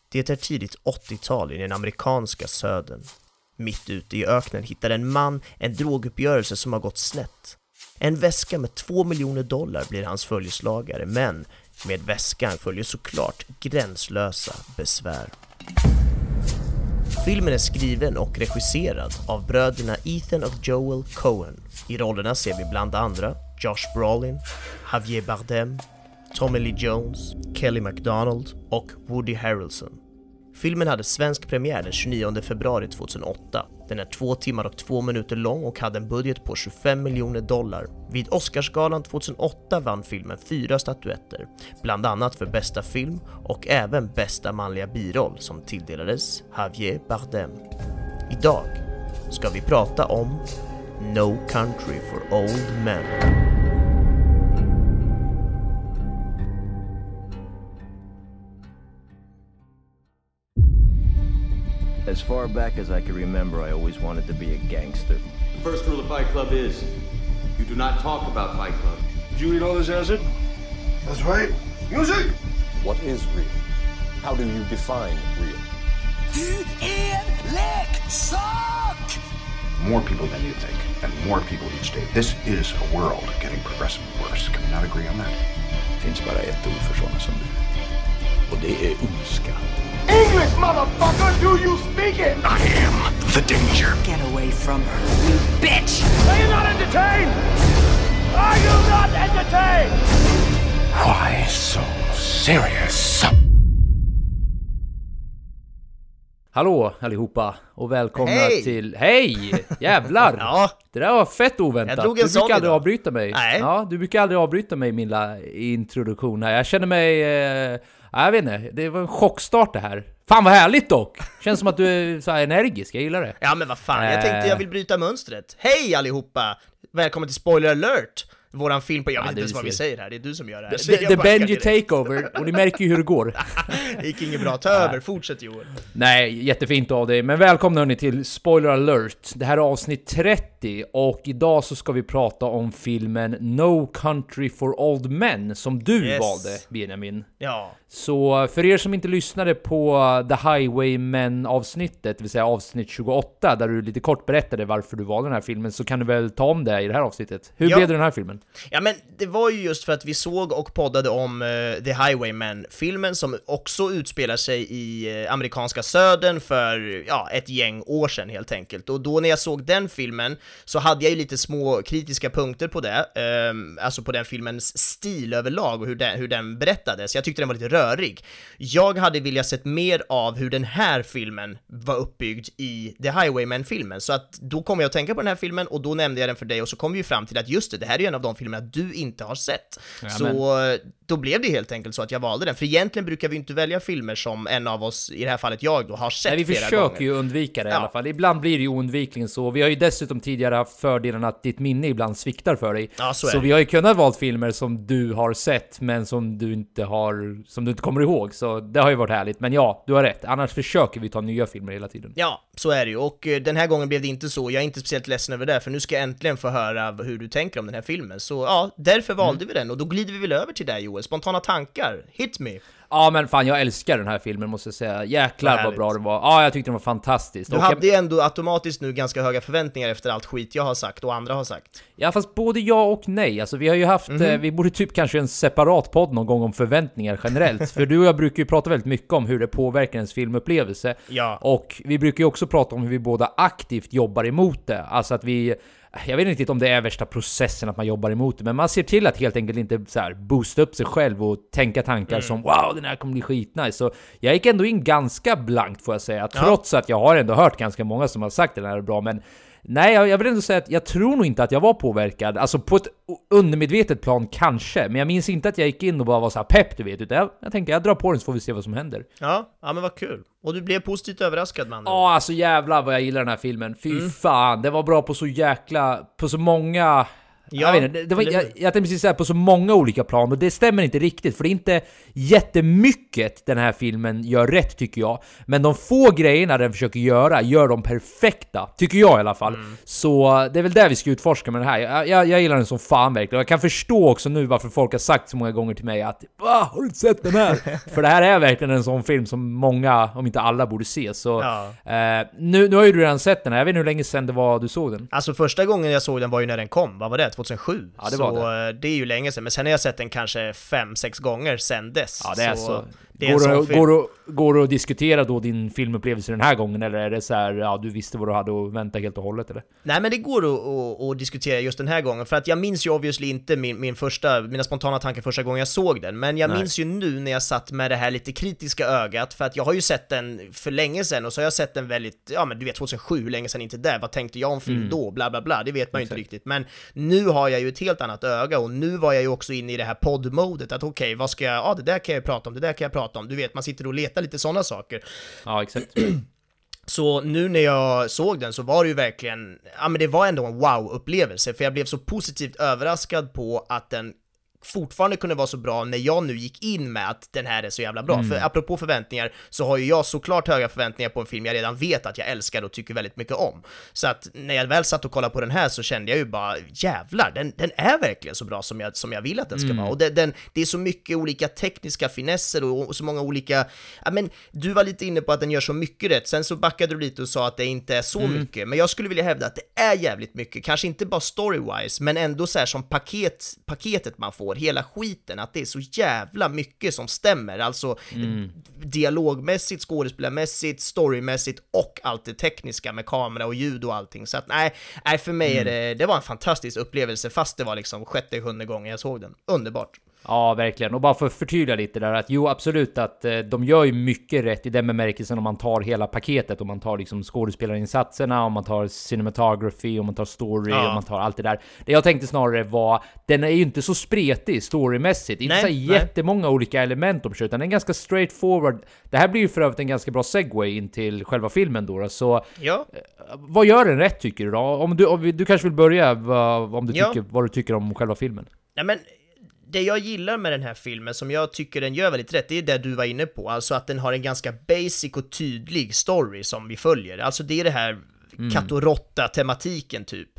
Det är tidigt 80-tal i den amerikanska södern. Mitt ute i öknen hittar en man en droguppgörelse som har gått snett. En väska med $2 miljoner blir hans följeslagare, men med väskan följer såklart gränslösa besvär. Filmen är skriven och regisserad av bröderna Ethan och Joel Coen. I rollerna ser vi bland andra Josh Brolin, Javier Bardem, Tommy Lee Jones, Kelly MacDonald och Woody Harrelson. Filmen hade svensk premiär den 29 februari 2008. Den är 2 timmar och 2 minuter lång och hade en budget på $25 miljoner. Vid Oscarsgalan 2008 vann filmen 4 statyetter, bland annat för bästa film och även bästa manliga biroll som tilldelades Javier Bardem. Idag ska vi prata om No Country for Old Men. As far back as I can remember, I always wanted to be a gangster. The first rule of Fight Club is, you do not talk about Fight Club. Did you eat all this acid? That's right. Music! What is real? How do you define real? Du är en leksak! More people than you think, and more people each day. This is a world getting progressively worse. Can we not agree on that? Det finns bara ett ord för sådana som du. Och det är ondska. English, motherfucker! Do you speak it? I am the danger. Get away from her, you bitch! Are you not entertained? Are you not entertained? Why so serious? Hallå allihopa och välkomna till... Hej! Jävlar! Ja. Det där var fett oväntat. Jag drog en du brukar sån aldrig idag. avbryta mig. Nej. Ja, du brukar aldrig avbryta mig i min lilla introduktion här. Jag känner mig... jag vet inte, det var en chockstart det här. Fan vad härligt dock! Känns som att du är så här energisk, jag gillar det. Ja men vad fan, jag tänkte jag vill bryta mönstret. Hej allihopa! Välkommen till Spoiler Alert! Våran film på... Jag vet inte ens vad vi säger här, det är du som gör det här. The Benji Takeover, och ni märker ju hur det går. Det gick inget bra, ta över, fortsätt Joel. Nej, jättefint av dig. Men välkomna hörni till Spoiler Alert. Det här är avsnitt 30 och idag så ska vi prata om filmen No Country for Old Men som du valde, Benjamin. Ja. Så för er som inte lyssnade på The Highwaymen-avsnittet, det vill säga avsnitt 28, där du lite kort berättade varför du valde den här filmen, så kan du väl ta om det i det här avsnittet. Hur blev det den här filmen? Ja men det var ju just för att vi såg och poddade om The Highwaymen-filmen som också utspelar sig i amerikanska södern för ett gäng år sedan helt enkelt. Och då när jag såg den filmen så hade jag ju lite små kritiska punkter på det, alltså på den filmens stil överlag och hur den berättades. Jag tyckte den var lite rörig. Jag hade velat sett mer av hur den här filmen var uppbyggd i The Highwaymen-filmen, så att då kom jag att tänka på den här filmen och då nämnde jag den för dig och så kom vi ju fram till att just det här är ju en av de filmerna du inte har sett. Ja, så då blev det helt enkelt så att jag valde den, för egentligen brukar vi inte välja filmer som en av oss, i det här fallet jag då, har sett flera gånger. Vi försöker ju undvika det i alla fall. Ibland blir det ju oundvikligen så. Vi har ju dessutom tidigare haft fördelen att ditt minne ibland sviktar för dig. Ja, så vi har ju kunnat valt filmer som du har sett men som du inte kommer ihåg. Så det har ju varit härligt. Men ja, du har rätt. Annars försöker vi ta nya filmer hela tiden. Ja, så är det ju. Och den här gången blev det inte så. Jag är inte speciellt ledsen över det, för nu ska jag äntligen få höra hur du tänker om den här filmen. Så ja, därför valde vi den. Och då glider vi väl över till dig, Joel. Spontana tankar. Hit me! Ja men fan, jag älskar den här filmen måste jag säga. Jäklar vad bra den var. Ja, jag tyckte den var fantastisk. Du hade ju ändå automatiskt nu ganska höga förväntningar efter allt skit jag har sagt och andra har sagt. Ja, fast både ja och nej. Alltså vi har ju haft, vi borde typ kanske en separat podd någon gång om förväntningar generellt. För du och jag brukar ju prata väldigt mycket om hur det påverkar ens filmupplevelse. Ja. Och vi brukar ju också prata om hur vi båda aktivt jobbar emot det. Alltså att jag vet inte riktigt om det är värsta processen att man jobbar emot det, men man ser till att helt enkelt inte så här boosta upp sig själv och tänka tankar som wow, den här kommer bli skitnice. Så jag gick ändå in ganska blankt får jag säga, trots att jag har ändå hört ganska många som har sagt att den här är bra, men nej, jag vill ändå säga att jag tror nog inte att jag var påverkad. Alltså på ett undermedvetet plan kanske, men jag minns inte att jag gick in och bara var så här pepp, du vet. Utan jag tänkte, jag drar på den så får vi se vad som händer. Ja men vad kul. Och du blev positivt överraskad, man. Ja, alltså jävlar vad jag gillar den här filmen. Fy fan, det var bra på så många Jag vet inte, jag tänkte precis säga på så många olika plan, och det stämmer inte riktigt, för det är inte jättemycket den här filmen gör rätt, tycker jag. Men de få grejerna den försöker göra, gör de perfekta, tycker jag i alla fall. Så det är väl där vi ska utforska med den här. Jag gillar den som fan verkligen. Jag kan förstå också nu varför folk har sagt så många gånger till mig att har du inte sett den här? För det här är verkligen en sån film som många, om inte alla, borde se. Så nu har ju du redan sett den här. Jag vet inte hur länge sedan det var du såg den. Alltså första gången jag såg den var ju när den kom. Vad var det? 2007? Ja, det var så det. Det är ju länge sedan. Men sen har jag sett den kanske 5-6 gånger sen dess. Ja, det är så. Det är en sån film. Går du att diskutera då din filmupplevelse den här gången, eller är det så här, ja, du visste vad du hade att vänta helt och hållet, eller? Nej, men det går att diskutera just den här gången, för att jag minns ju obviously inte mina spontana tankar första gången jag såg den, men jag minns ju nu när jag satt med det här lite kritiska ögat, för att jag har ju sett den för länge sedan, och så har jag sett den väldigt, ja men du vet 2007, hur länge sedan inte det, vad tänkte jag om film då, bla bla bla, det vet man ju inte riktigt, men nu har jag ju ett helt annat öga, och nu var jag ju också inne i det här poddmodet, att okej, vad ska jag, det där kan jag prata om, det där kan jag prata om, du vet, man sitter och letar lite sådana saker. Ja, exakt. Så nu när jag såg den så var det ju verkligen, ja men det var ändå en wow-upplevelse, för jag blev så positivt överraskad på att den fortfarande kunde vara så bra när jag nu gick in med att den här är så jävla bra. För apropå förväntningar så har ju jag såklart höga förväntningar på en film jag redan vet att jag älskar och tycker väldigt mycket om. Så att när jag väl satt och kollade på den här så kände jag ju bara, jävlar, den är verkligen så bra som jag vill att den ska vara. Och det är så mycket olika tekniska finesser och så många olika, ja men du var lite inne på att den gör så mycket rätt, sen så backade du lite och sa att det inte är så mycket, men jag skulle vilja hävda att det är jävligt mycket, kanske inte bara story-wise, men ändå så här som paketet man får, hela skiten, att det är så jävla mycket som stämmer, alltså dialogmässigt, skådespelarmässigt, storymässigt och allt det tekniska med kamera och ljud och allting, så att nej för mig är det var en fantastisk upplevelse, fast det var liksom 6:e, 7:e gången jag såg den. Underbart. Ja, verkligen. Och bara för att förtydliga lite där, att jo, absolut att de gör ju mycket rätt i den bemärkelsen om man tar hela paketet, om man tar liksom skådespelarinsatserna, om man tar cinematography, om man tar story, om man tar allt det där. Det jag tänkte snarare var, den är ju inte så spretig storymässigt, inte så jättemånga olika element om utan den är ganska straightforward. Det här blir ju för övrigt en ganska bra segway in till själva filmen då, så vad gör den rätt, tycker du då? Om du kanske vill börja vad du tycker om själva filmen. Ja, men det jag gillar med den här filmen, som jag tycker den gör väldigt rätt, det är det du var inne på, alltså att den har en ganska basic och tydlig story som vi följer. Alltså det är det här katt och råtta-tematiken typ.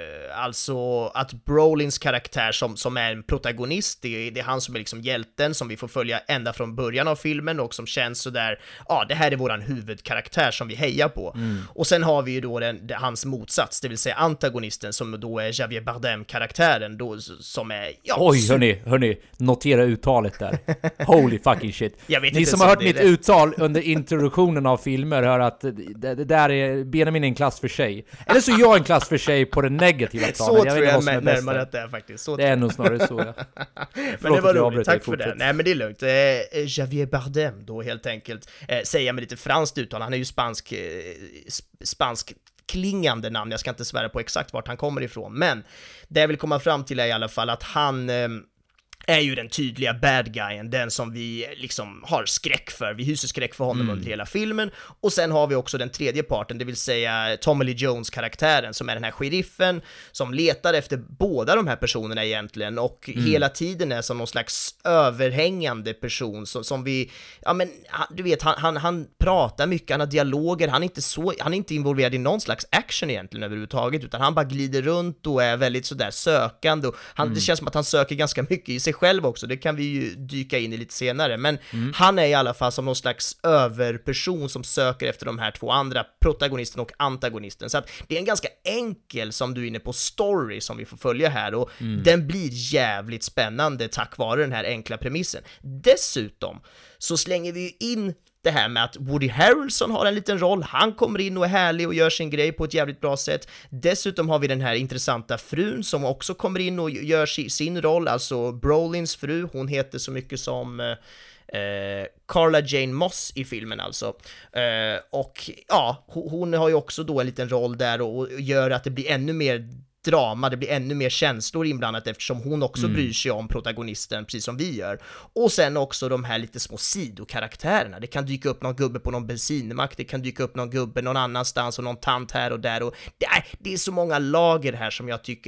Alltså att Brolins karaktär som är en protagonist, det är han som är liksom hjälten som vi får följa ända från början av filmen och som känns sådär, det här är våran huvudkaraktär som vi hejar på. Och sen har vi ju då hans motsats, det vill säga antagonisten som då är Javier Bardem-karaktären då, som är... Oj, hörni, notera uttalet där. Holy fucking shit. Ni som har hört mitt uttal under introduktionen av filmer hör att det där är Benjamin en klass för sig. Eller så är jag en klass för sig på den negativa planen. Så jag tror jag närmare att det är faktiskt. Så det är nog snarare så, ja. Men det var roligt, tack för det. Nej, men det är lugnt. Javier Bardem då helt enkelt. Säger jag med lite franskt uttal. Han är ju spansk klingande namn. Jag ska inte svära på exakt vart han kommer ifrån. Men det jag vill komma fram till är i alla fall att han... är ju den tydliga bad guyen, den som vi liksom har skräck för. Vi hyser skräck för honom under hela filmen. Och sen har vi också den tredje parten, det vill säga Tommy Lee Jones-karaktären, som är den här sheriffen som letar efter båda de här personerna egentligen, och hela tiden är som någon slags överhängande person som vi, ja men du vet, han pratar mycket, han har dialoger, han är inte involverad i någon slags action egentligen överhuvudtaget, utan han bara glider runt och är väldigt sådär sökande, och det känns som att han söker ganska mycket i sig själv också, det kan vi ju dyka in i lite senare, men han är i alla fall som någon slags överperson som söker efter de här två andra, protagonisten och antagonisten, så att det är en ganska enkel, som du är inne på, story som vi får följa här, och den blir jävligt spännande tack vare den här enkla premissen. Dessutom så slänger vi in det här med att Woody Harrelson har en liten roll, han kommer in och är härlig och gör sin grej på ett jävligt bra sätt. Dessutom har vi den här intressanta frun som också kommer in och gör sin roll, alltså Brolins fru, hon heter så mycket som Carla Jane Moss i filmen alltså. Och ja, hon har ju också då en liten roll där och gör att det blir ännu mer drama, det blir ännu mer känslor inblandat eftersom hon också bryr sig om protagonisten precis som vi gör. Och sen också de här lite små sidokaraktärerna. Det kan dyka upp någon gubbe på någon bensinmack, det kan dyka upp någon gubbe någon annanstans och någon tant här och där, och det är så många lager här som jag tycker att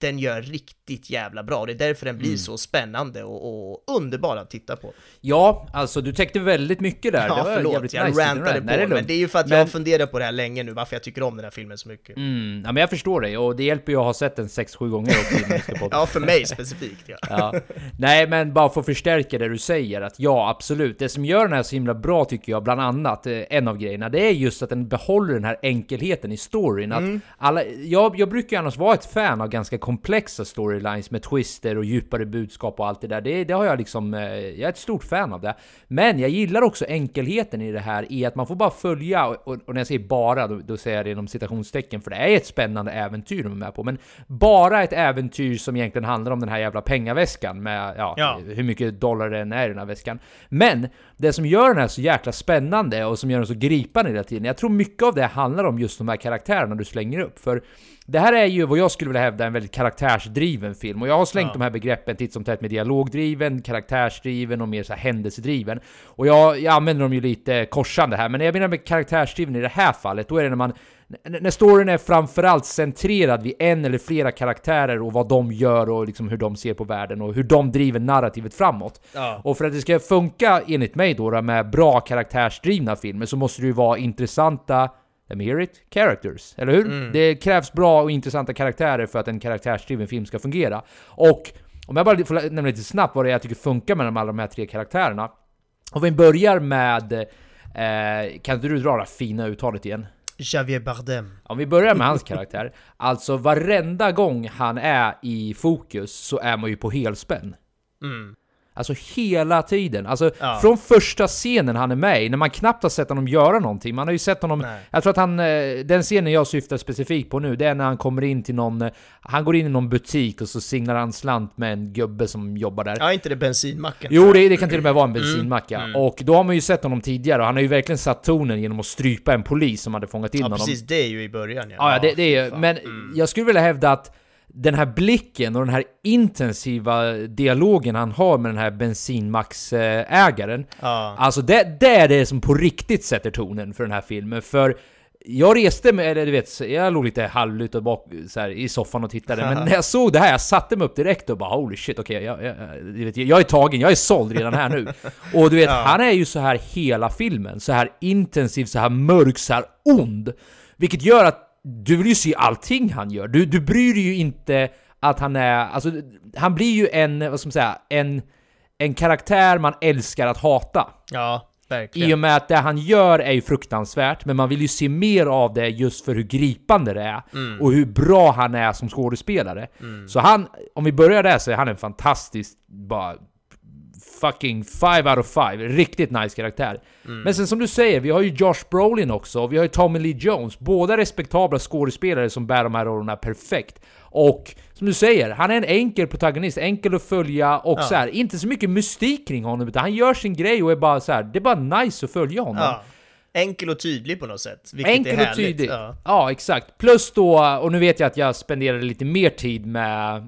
den gör riktigt jävla bra. Det är därför den blir så spännande och underbar att titta på. Ja, alltså du täckte väldigt mycket där. Ja, det var förlåt, jag rantade på. Men det är ju för att jag har funderat på det här länge nu, varför jag tycker om den här filmen så mycket. Ja, men jag förstår dig, och det hjälper ju att ha sett den 6-7 gånger också. Ja, för mig specifikt. Ja. Nej, men bara för att förstärka det du säger, att ja, absolut. Det som gör den här så himla bra tycker jag, bland annat, en av grejerna, det är just att den behåller den här enkelheten i storyn. Att jag brukar annars vara ett fan av ganska komplexa storylines med twister och djupare budskap och allt det där. Det har jag liksom, jag är ett stort fan av det. Men jag gillar också enkelheten i det här, i att man får bara följa, och när jag säger bara, då säger jag det inom citationstecken, för det är ett spännande äventyr de är med på, men bara ett äventyr som egentligen handlar om den här jävla pengaväskan med hur mycket dollar det än är i den här väskan. Men det som gör den här så jäkla spännande och som gör den så gripande hela tiden, jag tror mycket av det handlar om just de här karaktärerna du slänger upp. För det här är ju vad jag skulle vilja hävda en väldigt karaktärsdriven film. Och jag har slängt de här begreppen titt som tätt med dialogdriven, karaktärsdriven och mer så här händelsedriven. Och jag använder dem ju lite korsande här. Men när jag menar med karaktärsdriven i det här fallet, då är det när storyn är framförallt centrerad vid en eller flera karaktärer och vad de gör och liksom hur de ser på världen och hur de driver narrativet framåt. Och för att det ska funka enligt mig då med bra karaktärsdrivna filmer, så måste det ju vara intressanta characters, eller hur? Det krävs bra och intressanta karaktärer för att en karaktärsdriven film ska fungera. Och om jag bara får nämna lite snabbt vad det är jag tycker funkar med alla de här tre karaktärerna. Och vi börjar med kan du dra det fina uttalet igen? Javier Bardem. Om vi börjar med hans karaktär. Alltså varenda gång han är i fokus så är man ju på helspänn. Alltså hela tiden. Alltså från första scenen han är med i, när man knappt har sett honom göra någonting. Man har ju sett honom, jag tror att han, den scenen jag syftar specifikt på nu, det är när han kommer in till han går in i någon butik och så signar han slant med en gubbe som jobbar där. Ja, inte det bensinmacken. Jo, det kan till och med vara en bensinmacka. Och då har man ju sett honom tidigare, och han har ju verkligen satt tonen genom att strypa en polis som hade fångat in honom. Ja, precis, det är ju i början. Ja, det är ju, men jag skulle vilja hävda att den här blicken och den här intensiva dialogen han har med den här bensinmaxägaren, alltså det är det som på riktigt sätter tonen för den här filmen. För jag reste mig, eller du vet, jag låg lite halvlutad bak så här, i soffan och tittade, men när jag såg det här, jag satte mig upp direkt och bara holy shit, okej, jag är tagen, jag är såld redan här nu. Och du vet, han är ju så här hela filmen, så här intensiv, så här mörk, så här ond, vilket gör att du vill ju se allting han gör. Du bryr dig ju inte att han är, alltså han blir ju vad ska man säga, en karaktär man älskar att hata. Ja, verkligen. I och med att det han gör är ju fruktansvärt, men man vill ju se mer av det just för hur gripande det är och hur bra han är som skådespelare. Så han, om vi börjar där, så är han en fantastisk, bara fucking 5 out of 5. Riktigt nice karaktär. Men sen som du säger, vi har ju Josh Brolin också, och vi har ju Tommy Lee Jones. Båda respektabla skådespelare som bär de här rollerna perfekt. Och som du säger, han är en enkel protagonist, enkel att följa och så här, inte så mycket mystik kring honom, utan han gör sin grej och är bara så här, det är bara nice att följa honom. Enkel och tydlig på något sätt, vilket enkel är härligt. Och tydlig. Ja, exakt. Plus då, och nu vet jag att jag spenderade lite mer tid med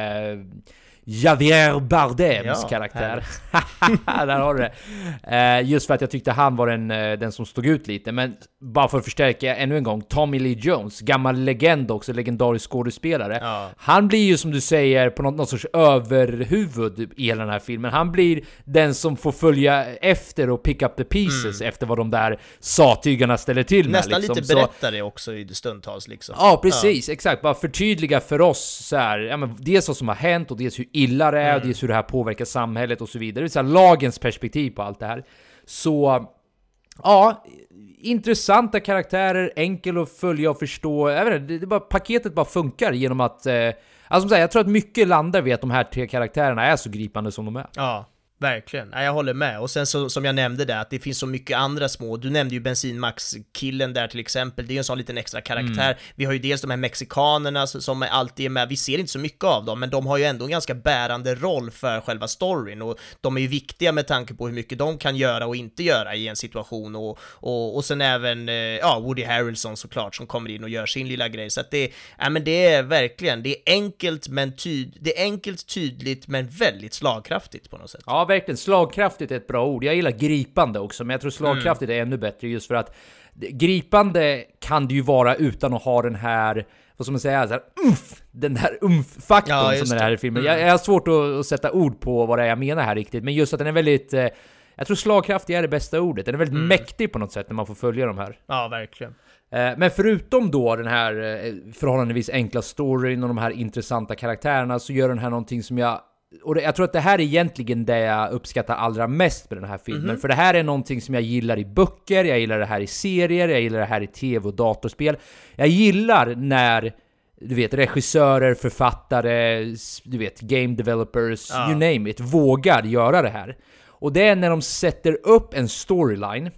Javier Bardems karaktär. Där har du det. Just för att jag tyckte han var den som stod ut lite. Men bara för att förstärka ännu en gång, Tommy Lee Jones, gammal legend också, legendarisk skådespelare. Han blir ju, som du säger, på något sorts överhuvud i hela den här filmen. Han blir den som får följa efter och pick up the pieces efter vad de där sattygarna ställer till med. Nästan liksom. lite berättare också i stundtals liksom. Ja, precis, exakt. Bara förtydliga för oss så här, ja, men dels vad som har hänt och dels hur illa det är och dels hur det här påverkar samhället och så vidare. Det är så här lagens perspektiv på allt det här. Så ja, intressanta karaktärer, enkel att följa och förstå. Jag vet inte, paketet bara funkar genom att alltså, jag tror att mycket landar vid att de här tre karaktärerna är så gripande som de är. Ja, verkligen. Jag håller med. Och sen så, som jag nämnde där, att det finns så mycket andra små. Du nämnde ju bensinmax-killen där till exempel. Det är ju en sån liten extra karaktär. Vi har ju dels de här mexikanerna som alltid är med. Vi ser inte så mycket av dem, men de har ju ändå en ganska bärande roll för själva storyn. Och de är ju viktiga med tanke på hur mycket de kan göra och inte göra i en situation. Och sen även Woody Harrelson såklart, som kommer in och gör sin lilla grej. Så att det är verkligen, det är enkelt men tydligt men väldigt slagkraftigt på något sätt. Ja, verkligen. Slagkraftigt är ett bra ord. Jag gillar gripande också, men jag tror slagkraftigt är ännu bättre, just för att gripande kan det ju vara utan att ha den här, vad ska man säga, så här, den här faktorn som den här filmen. Jag har svårt att sätta ord på vad det är jag menar här riktigt, men just att den är väldigt, jag tror slagkraftig är det bästa ordet. Den är väldigt mäktig på något sätt när man får följa de här. Ja, verkligen. Men förutom då den här förhållandevis enkla storyn och de här intressanta karaktärerna, så gör den här någonting som jag tror att det här är egentligen det jag uppskattar allra mest med den här filmen. För det här är någonting som jag gillar i böcker, jag gillar det här i serier, jag gillar det här i tv och datorspel. Jag gillar när, du vet, regissörer, författare, du vet, game developers, you name it, vågar göra det här. Och det är när de sätter upp en storyline,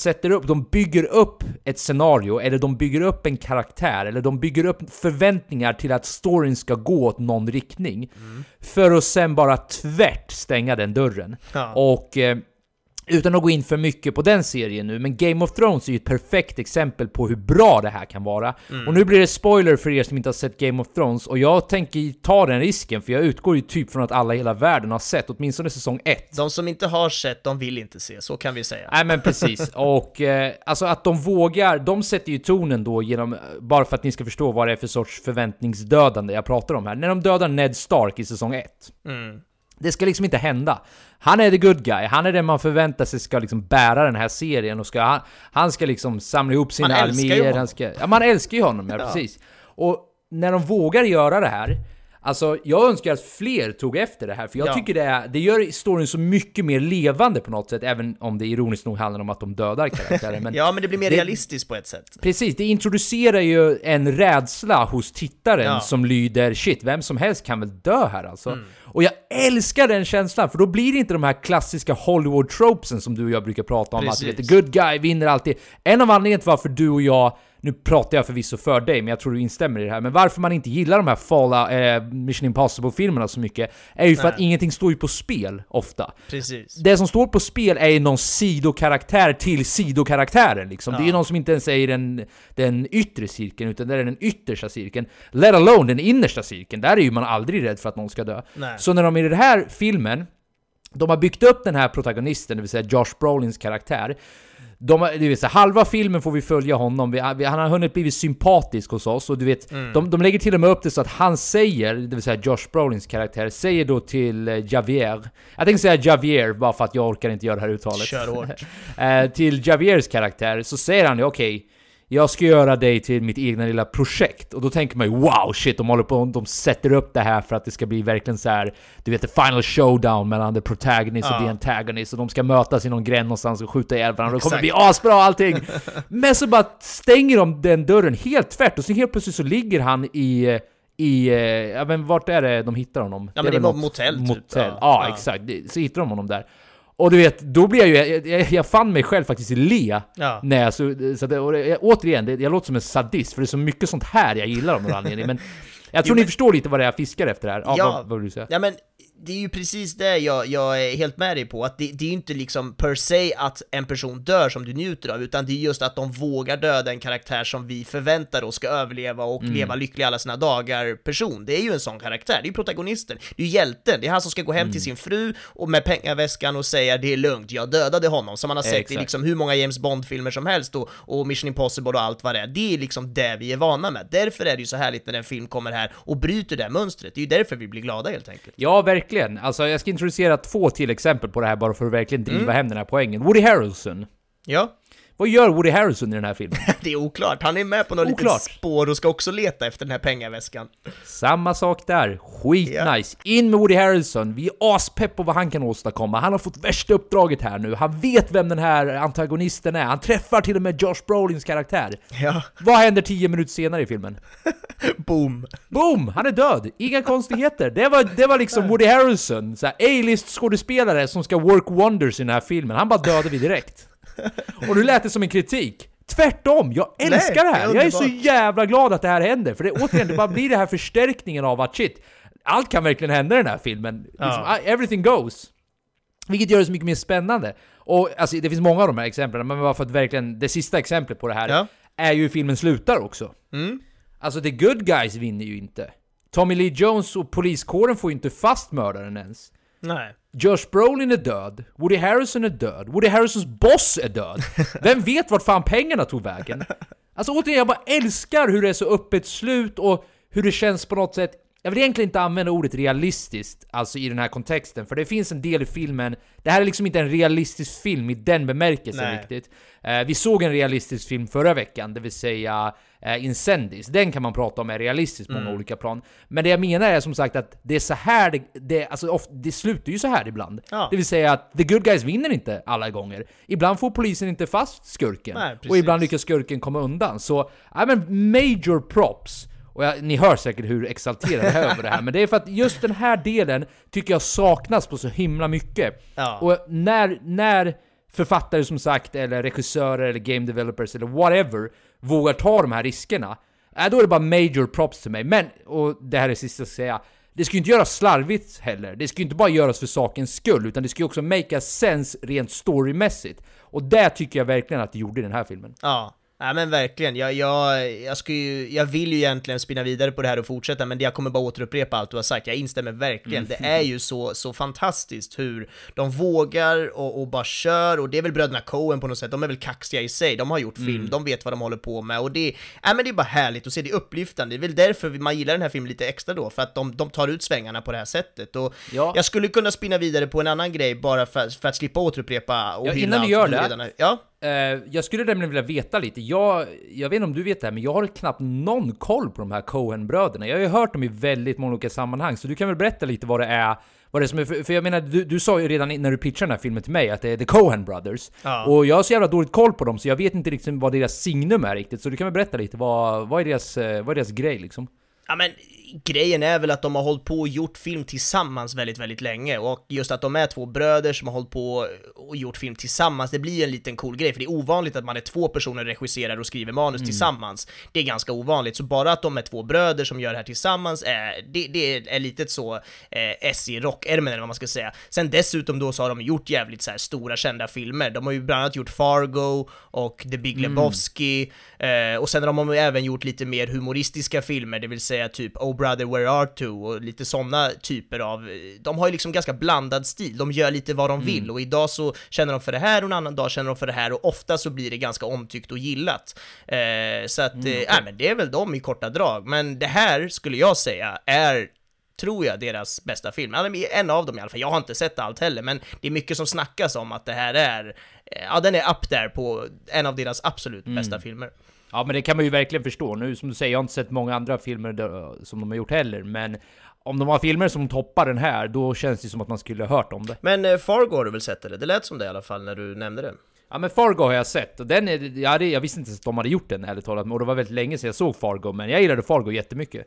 de bygger upp ett scenario, eller de bygger upp en karaktär, eller de bygger upp förväntningar till att storyn ska gå åt någon riktning, för att sen bara tvärt stänga den dörren. Och utan att gå in för mycket på den serien nu, men Game of Thrones är ju ett perfekt exempel på hur bra det här kan vara. Och nu blir det spoiler för er som inte har sett Game of Thrones, och jag tänker ta den risken, för jag utgår ju typ från att alla i hela världen har sett åtminstone säsong 1. De som inte har sett, de vill inte se, så kan vi säga. Nej, men precis. Och alltså att de vågar, de sätter ju tonen då genom, bara för att ni ska förstå vad det är för sorts förväntningsdödande jag pratar om här. När de dödar Ned Stark i säsong 1. Det ska liksom inte hända. Han är the good guy. Han är den man förväntar sig ska liksom bära den här serien, och han ska liksom samla ihop sina arméer. Man älskar ju honom, precis. Och när de vågar göra det här, alltså jag önskar att fler tog efter det här, för jag tycker det gör storyn så mycket mer levande på något sätt, även om det ironiskt nog handlar om att de dödar karaktärer. Men ja, men det blir mer realistiskt på ett sätt. Precis, det introducerar ju en rädsla hos tittaren som lyder, shit, vem som helst kan väl dö här alltså. Och jag älskar den känslan, för då blir det inte de här klassiska Hollywood-tropesen som du och jag brukar prata om. Precis. Att the good guy vinner alltid. En av anledningarna till varför du och jag, nu pratar jag förvisso för dig, men jag tror du instämmer i det här, men varför man inte gillar de här Mission Impossible-filmerna så mycket är ju för att ingenting står ju på spel ofta. Precis. Det som står på spel är ju någon sidokaraktär till sidokaraktären liksom. Det är ju någon som inte ens är i den yttre cirkeln, utan det är den yttersta cirkeln. Let alone den innersta cirkeln. Där är ju man aldrig rädd för att någon ska dö. Nej. Så när de i den här filmen, de har byggt upp den här protagonisten, det vill säga Josh Brolins karaktär. Det vill säga, halva filmen får vi följa honom. Han har hunnit blivit sympatisk hos oss. Och du vet, de lägger till och med upp det så att han säger, det vill säga Josh Brolins karaktär, säger då till Javier. Jag tänkte säga Javier bara för att jag orkar inte göra det här uttalet. Kör hårt. Till Javiers karaktär så säger han ju, okej, jag ska göra dig till mitt egna lilla projekt. Och då tänker man ju, wow, shit, de sätter upp det här för att det ska bli verkligen så här, du vet, the final showdown mellan the protagonist och the antagonist. Och de ska mötas i någon gränd någonstans och skjuta ihjäl varandra. Det kommer bli asbra allting. Men så bara stänger de den dörren helt tvärt. Och så helt plötsligt så ligger han ja, men vart är det de hittar honom? Ja, men det är motell. Ja, exakt. Så hittar de honom där. Och du vet, då blir jag fann mig själv faktiskt le när återigen, jag låter som en sadist, för det är så mycket sånt här jag gillar om någon anledning, men jag tror ni förstår lite vad det är jag fiskar efter här. Vad vill du säga? Ja, men det är ju precis det jag är helt med dig på, att det är ju inte liksom per se att en person dör som du njuter av, utan det är just att de vågar döda en karaktär som vi förväntar oss ska överleva och leva lycklig alla sina dagar person. Det är ju en sån karaktär, det är ju protagonisten, det är ju hjälten, det är han som ska gå hem till sin fru och med pengaväskan och säga det är lugnt, jag dödade honom, som man har sett i liksom hur många James Bond-filmer som helst och Mission Impossible och allt vad det är. Det är liksom det vi är vana med. Därför är det ju så härligt när en film kommer här och bryter det här mönstret. Det är ju därför vi blir glada helt enkelt. Ja, verkligen. Alltså, jag ska introducera 2 till exempel på det här bara för att verkligen driva hem den här poängen. Woody Harrelson. Ja. Vad gör Woody Harrelson i den här filmen? Det är oklart. Han är med på något litet spår och ska också leta efter den här pengaväskan. Samma sak där. Skitnice. In med Woody Harrelson. Vi är aspepp på vad han kan åstadkomma. Han har fått värsta uppdraget här nu. Han vet vem den här antagonisten är. Han träffar till och med Josh Brolins karaktär. Ja. Vad händer 10 minuter senare i filmen? Boom. Boom! Han är död. Inga konstigheter. Det var liksom Woody Harrelson. Så här, A-list skådespelare som ska work wonders i den här filmen. Han bara dödade vi direkt. Och nu lät det som en kritik. Tvärtom, jag älskar det här. Jag är så jävla glad att det här händer. För det bara blir det här förstärkningen av att shit, allt kan verkligen hända i den här filmen. Liksom, everything goes. Vilket gör det så mycket mer spännande. Och alltså, det finns många av de här exemplen, men bara för att verkligen, det sista exemplet på det här är ju hur filmen slutar också. Alltså, the good guys vinner ju inte. Tommy Lee Jones och poliskåren får ju inte fast mördaren ens. Nej. Josh Brolin är död. Woody Harrelson är död. Woody Harrelsons boss är död. Vem vet vart fan pengarna tog vägen? Alltså återigen, jag bara älskar hur det är så öppet slut och hur det känns på något sätt. Jag vill egentligen inte använda ordet realistiskt, alltså i den här kontexten, för det finns en del i filmen, det här är liksom inte en realistisk film i den bemärkelsen riktigt. Vi såg en realistisk film förra veckan, det vill säga Incendies. Den kan man prata om är realistisk på många olika plan. Men det jag menar är som sagt att det är så här, det slutar ju så här ibland. Ja. Det vill säga att the good guys vinner inte alla gånger. Ibland får polisen inte fast skurken. Nej, och ibland lyckas skurken komma undan. Så, major props. Och ni hör säkert hur exalterad jag är över det här. Men det är för att just den här delen tycker jag saknas på så himla mycket. Ja. Och när författare som sagt, eller regissörer, eller game developers, eller whatever, vågar ta de här riskerna, då är det bara major props till mig. Men, och det här är sista att säga, det ska ju inte göras slarvigt heller. Det ska ju inte bara göras för sakens skull, utan det ska ju också make sense rent storymässigt. Och det tycker jag verkligen att det gjorde i den här filmen. Ja. Ja men verkligen, jag vill ju egentligen spinna vidare på det här och fortsätta, men jag kommer bara återupprepa allt du har sagt. Jag instämmer verkligen, det är ju så fantastiskt hur de vågar och bara kör, och det är väl bröderna Coen på något sätt, de är väl kaxiga i sig, de har gjort film, de vet vad de håller på med, och det är bara härligt att se, det är upplyftande, det är väl därför man gillar den här filmen lite extra då, för att de tar ut svängarna på det här sättet, och jag skulle kunna spinna vidare på en annan grej bara för att slippa återupprepa och innan du gör det. Jag skulle nämligen vilja veta lite. Jag vet inte om du vet det här, men jag har knappt någon koll på de här Coen-bröderna. Jag har ju hört dem i väldigt många olika sammanhang, så du kan väl berätta lite vad det är som är, för jag menar, du sa ju redan när du pitchade den här filmen till mig att det är The Coen Brothers. Ja. Och jag har så jävla dåligt koll på dem, så jag vet inte riktigt vad deras signum är riktigt. Så du kan väl berätta lite, vad är deras grej liksom? Ja men grejen är väl att de har hållit på och gjort film tillsammans väldigt, väldigt länge, och just att de är två bröder som har hållit på och gjort film tillsammans, det blir en liten cool grej, för det är ovanligt att man är två personer regisserar och skriver manus tillsammans. Det är ganska ovanligt, så bara att de är två bröder som gör det här tillsammans det är lite så S i rockärmen eller vad man ska säga. Sen dessutom då så har de gjort jävligt så här stora kända filmer. De har ju bland annat gjort Fargo och The Big Lebowski, och sen har de även gjort lite mer humoristiska filmer, det vill säga typ Oh Brother Where Art Thou och lite sådana typer av, de har ju liksom ganska blandad stil, de gör lite vad de vill, och idag så känner de för det här och en annan dag känner de för det här, och ofta så blir det ganska omtyckt och gillat, så att, men det är väl de i korta drag, men det här skulle jag säga är, tror jag, deras bästa film, en av dem i alla fall. Jag har inte sett allt heller, men det är mycket som snackas om att det här är, den är up där på en av deras absolut bästa filmer. Ja, men det kan man ju verkligen förstå. Nu, som du säger, jag har inte sett många andra filmer som de har gjort heller, men om de har filmer som toppar den här, då känns det som att man skulle ha hört om det. Men Fargo har du väl sett det? Det lät som det i alla fall när du nämnde det. Ja, men Fargo har jag sett, och den jag visste inte att de hade gjort den, ärligt talat, och det var väldigt länge sedan jag såg Fargo, men jag gillade Fargo jättemycket.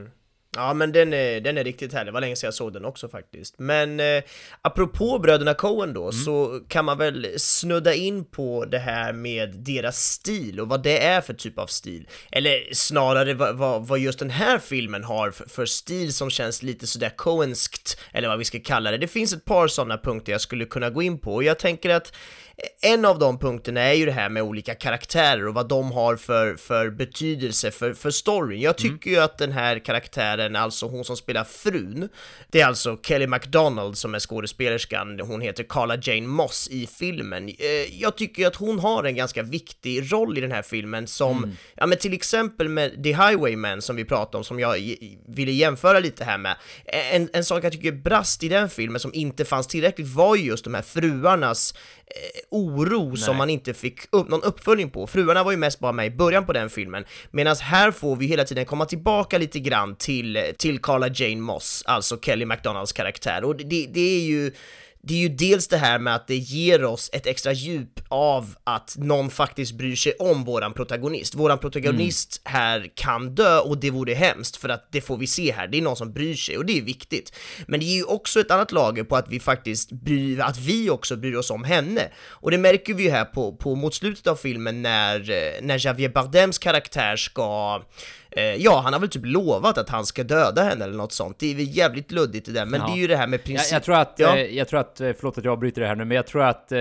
Ja, men den är riktigt härlig. Det var länge sedan jag såg den också faktiskt. Men apropå bröderna Coen då, så kan man väl snudda in på det här med deras stil och vad det är för typ av stil. Eller snarare vad just den här filmen har för stil som känns lite sådär Coenskt, eller vad vi ska kalla det. Det finns ett par sådana punkter jag skulle kunna gå in på, och jag tänker att en av de punkterna är ju det här med olika karaktärer och vad de har för betydelse för storyn. Jag tycker ju att den här karaktären, alltså hon som spelar frun, det är alltså Kelly MacDonald som är skådespelerskan, hon heter Carla Jane Moss i filmen. Jag tycker att hon har en ganska viktig roll i den här filmen som, ja men till exempel med The Highwayman som vi pratade om, som jag ville jämföra lite här med. En sak jag tycker brast i den filmen som inte fanns tillräckligt var ju just de här fruarnas oro som man inte fick någon uppföljning på. Fruarna var ju mest bara med i början på den filmen, medan här får vi hela tiden komma tillbaka lite grann till Carla Jane Moss, alltså Kelly MacDonalds karaktär, och det är ju dels det här med att det ger oss ett extra djup av att någon faktiskt bryr sig om våran protagonist. Våran protagonist här kan dö, och det vore hemskt, för att det får vi se här. Det är någon som bryr sig, och det är viktigt. Men det är ju också ett annat lager på att vi faktiskt att vi också bryr oss om henne. Och det märker vi ju här på mot slutet av filmen när Javier Bardems karaktär ska... han har väl typ lovat att han ska döda henne eller något sånt. Det är väl jävligt luddigt det där, men det är ju det här med princip. Jag tror att förlåt att jag avbryter det här nu, men jag tror att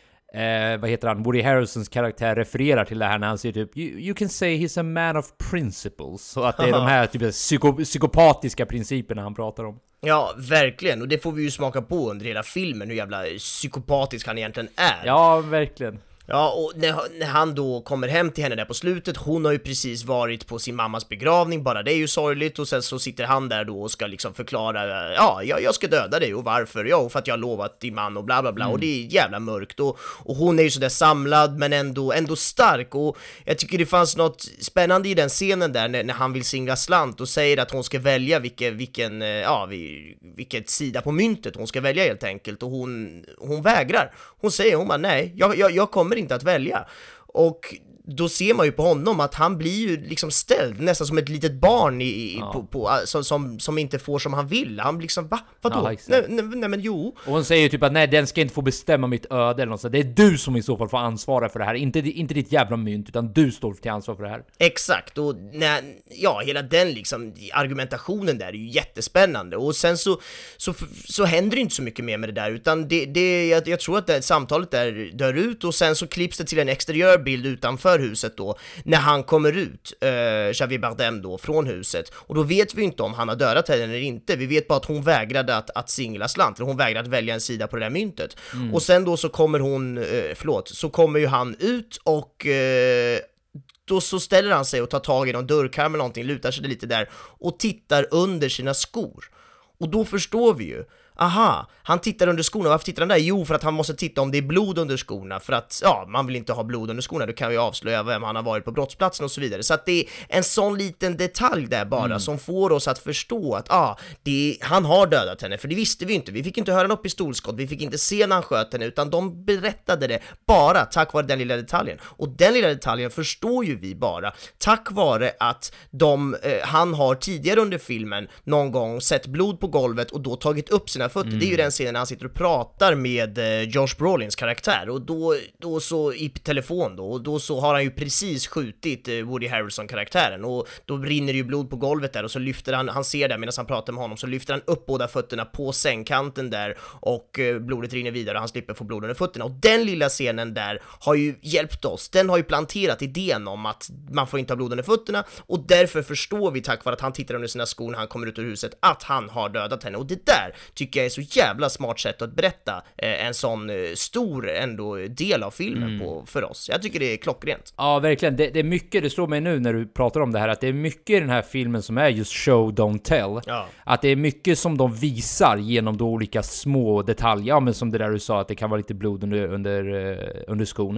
vad heter han? Woody Harrelsons karaktär refererar till det här när han säger typ you can say he's a man of principles. Så att det är de här typ psykopatiska principerna han pratar om. Ja, verkligen. Och det får vi ju smaka på under hela filmen, hur jävla psykopatisk han egentligen är. Ja, verkligen. Ja, och när han då kommer hem till henne där på slutet, hon har ju precis varit på sin mammas begravning, bara det är ju sorgligt, och sen så sitter han där då och ska liksom förklara, ja, jag ska döda dig, och varför? Ja, för att jag har lovat din man och bla bla bla, och det är jävla mörkt, och hon är ju sådär samlad men ändå stark, och jag tycker det fanns något spännande i den scenen där när han vill singla slant och säger att hon ska välja vilket sida på myntet hon ska välja helt enkelt, och hon vägrar. Hon säger, hon bara, nej, jag kommer inte att välja. Och då ser man ju på honom att han blir ju liksom ställd nästan som ett litet barn som inte får som han vill. Han blir liksom, vadå? Ja, nej men jo. Och hon säger ju typ att nej, den ska inte få bestämma mitt öde eller något så. Det är du som i så fall får ansvara för det här. Inte ditt jävla mynt, utan du står till ansvar för det här. Exakt, och hela den liksom argumentationen där är ju jättespännande. Och sen så händer det inte så mycket mer med det där, utan jag tror att det samtalet där dör ut, och sen så klipps det till en exteriörbild utanför huset då, när han kommer ut, Javier Bardem då, från huset, och då vet vi inte om han har dödat henne eller inte. Vi vet bara att hon vägrade att singla slant, eller hon vägrade att välja en sida på det där myntet. Och sen då så kommer så kommer ju han ut, och då så ställer han sig och tar tag i någon dörrkarm eller någonting, lutar sig lite där och tittar under sina skor. Och då förstår vi ju, aha, han tittar under skorna. Varför tittar han där? Jo, för att han måste titta om det är blod under skorna, för att, man vill inte ha blod under skorna, då kan vi avslöja vem han har varit på brottsplatsen och så vidare. Så att det är en sån liten detalj där bara som får oss att förstå att, han har dödat henne, för det visste vi inte. Vi fick inte höra något pistolskott, vi fick inte se när han sköt henne, utan de berättade det bara tack vare den lilla detaljen. Och den lilla detaljen förstår ju vi bara tack vare att han har tidigare under filmen någon gång sett blod på golvet och då tagit upp sina fötter. Det är ju den scenen när han sitter och pratar med Josh Brolins karaktär, och då så i telefon då, och då så har han ju precis skjutit Woody Harrelson-karaktären, och då rinner det ju blod på golvet där, och så lyfter han ser där medan han pratar med honom, så lyfter han upp båda fötterna på sängkanten där, och blodet rinner vidare och han slipper få blod under fötterna. Och den lilla scenen där har ju hjälpt oss, den har ju planterat idén om att man får inte ha blod under fötterna, och därför förstår vi tack vare att han tittar under sina skor när han kommer ut ur huset att han har dödat henne. Och det där tycker jag är så jävla smart sätt att berätta en sån stor ändå del av filmen på för oss. Jag tycker det är klockrent. Ja, verkligen. Det är mycket, det slår mig nu när du pratar om det här, att det är mycket i den här filmen som är just show, don't tell. Ja. Att det är mycket som de visar genom då olika små detaljer. Ja, men som det där du sa, att det kan vara lite blod under skon.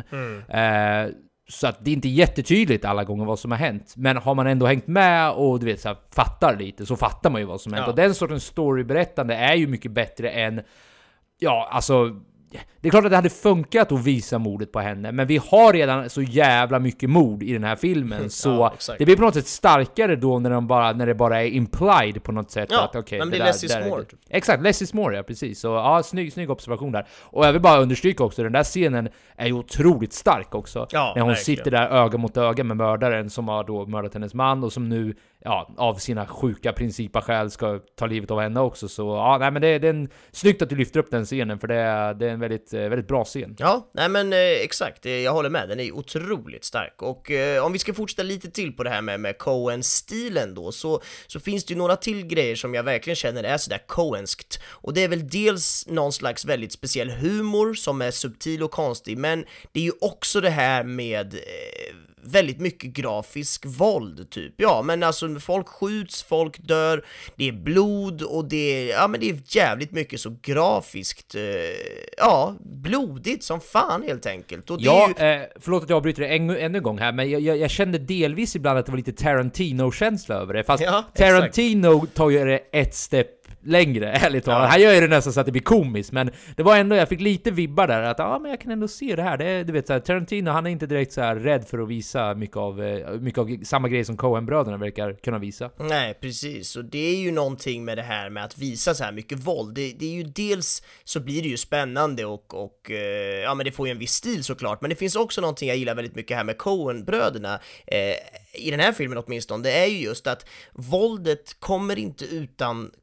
Så att det är inte jättetydligt alla gånger vad som har hänt. Men har man ändå hängt med och du vet så här, fattar lite, så fattar man ju vad som har hänt. Och den sortens storyberättande är ju mycket bättre än, alltså, det är klart att det hade funkat att visa mordet på henne, men vi har redan så jävla mycket mord i den här filmen, så det blir på något sätt starkare då när det bara är implied på något sätt. Ja, att, okay, men det är less is more. Exakt, less is more, ja, precis. Så snygg observation där. Och jag vill bara understryka också, den där scenen är ju otroligt stark också. När hon sitter där öga mot öga med mördaren som har då mördat hennes man, och som nu av sina sjuka principskäl ska ta livet av henne också. Så men det är snyggt att du lyfter upp den scenen, för det är en väldigt, väldigt bra scen. Ja, nej men exakt, jag håller med, den är otroligt stark. Och om vi ska fortsätta lite till på det här med Coen-stilen då, så finns det ju några till grejer som jag verkligen känner är sådär Coenskt. Och det är väl dels någon slags väldigt speciell humor som är subtil och konstig, men det är ju också det här med väldigt mycket grafisk våld typ. Ja, men alltså folk skjuts, folk dör, det är blod, och det är jävligt mycket så grafiskt blodigt som fan helt enkelt. Och det förlåt att jag avbryter det ännu en gång här, men jag kände delvis ibland att det var lite Tarantino-känsla över det, fast Tarantino tar ju det ett steg längre, ärligt talat. Han gör ju det nästan så att det blir komiskt, men det var ändå, jag fick lite vibbar där att men jag kan ändå se det här. Du vet så här, Tarantino, han är inte direkt så här rädd för att visa mycket av samma grej som Coen-bröderna verkar kunna visa. Nej, precis. Och det är ju någonting med det här med att visa så här mycket våld. Det är ju dels så blir det ju spännande och men det får ju en viss stil såklart, men det finns också någonting jag gillar väldigt mycket här med Coen-bröderna i den här filmen åtminstone. Det är ju just att våldet kommer inte utan konsekvens.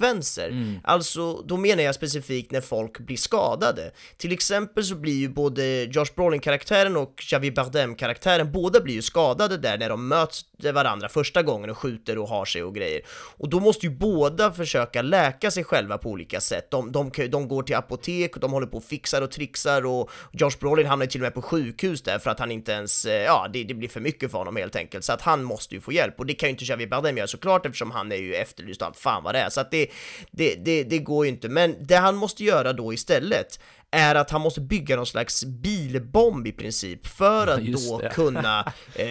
konsekvenser. Alltså, då menar jag specifikt när folk blir skadade. Till exempel så blir ju både Josh Brolin-karaktären och Javier Bardem-karaktären, båda blir ju skadade där när de möts varandra första gången och skjuter och har sig och grejer. Och då måste ju båda försöka läka sig själva på olika sätt. De går till apotek och de håller på och fixar och trixar, och Josh Brolin hamnar till och med på sjukhus där för att han inte ens, det blir för mycket för honom helt enkelt. Så att han måste ju få hjälp, och det kan ju inte Javier Bardem göra såklart, eftersom han är ju efterlyst allt fan vad det är. Så att det går ju inte. Men det han måste göra då istället är att han måste bygga någon slags bilbomb i princip för att då kunna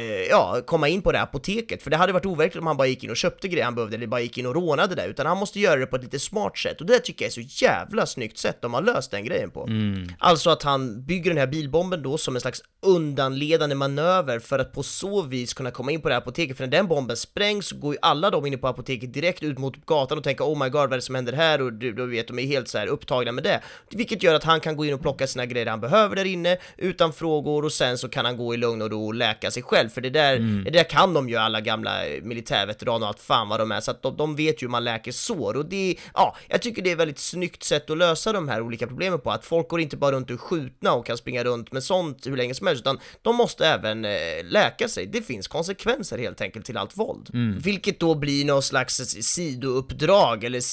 komma in på det här apoteket. För det hade varit overkligt om han bara gick in och köpte grejer han behövde, eller bara gick in och rånade det, utan han måste göra det på ett lite smart sätt. Och det tycker jag är så jävla snyggt sätt de har löst den grejen på. Alltså att han bygger den här bilbomben då som en slags undanledande manöver för att på så vis kunna komma in på det här apoteket. För när den bomben sprängs så går ju alla de inne på apoteket direkt ut mot gatan och tänker oh my god, vad är det som händer här? Och då vet de är helt så här upptagna med det. Vilket gör att han kan gå in och plocka sina grejer han behöver där inne utan frågor, och sen så kan han gå i lugn och ro och läka sig själv. För det där kan de ju, alla gamla militärveteraner och allt fan vad de är, så att de vet ju hur man läker sår. Och det, jag tycker det är ett väldigt snyggt sätt att lösa de här olika problemen på, att folk går inte bara runt och skjutna och kan springa runt med sånt hur länge som helst, utan de måste även läka sig. Det finns konsekvenser helt enkelt till allt våld. Vilket då blir någon slags sidouppdrag eller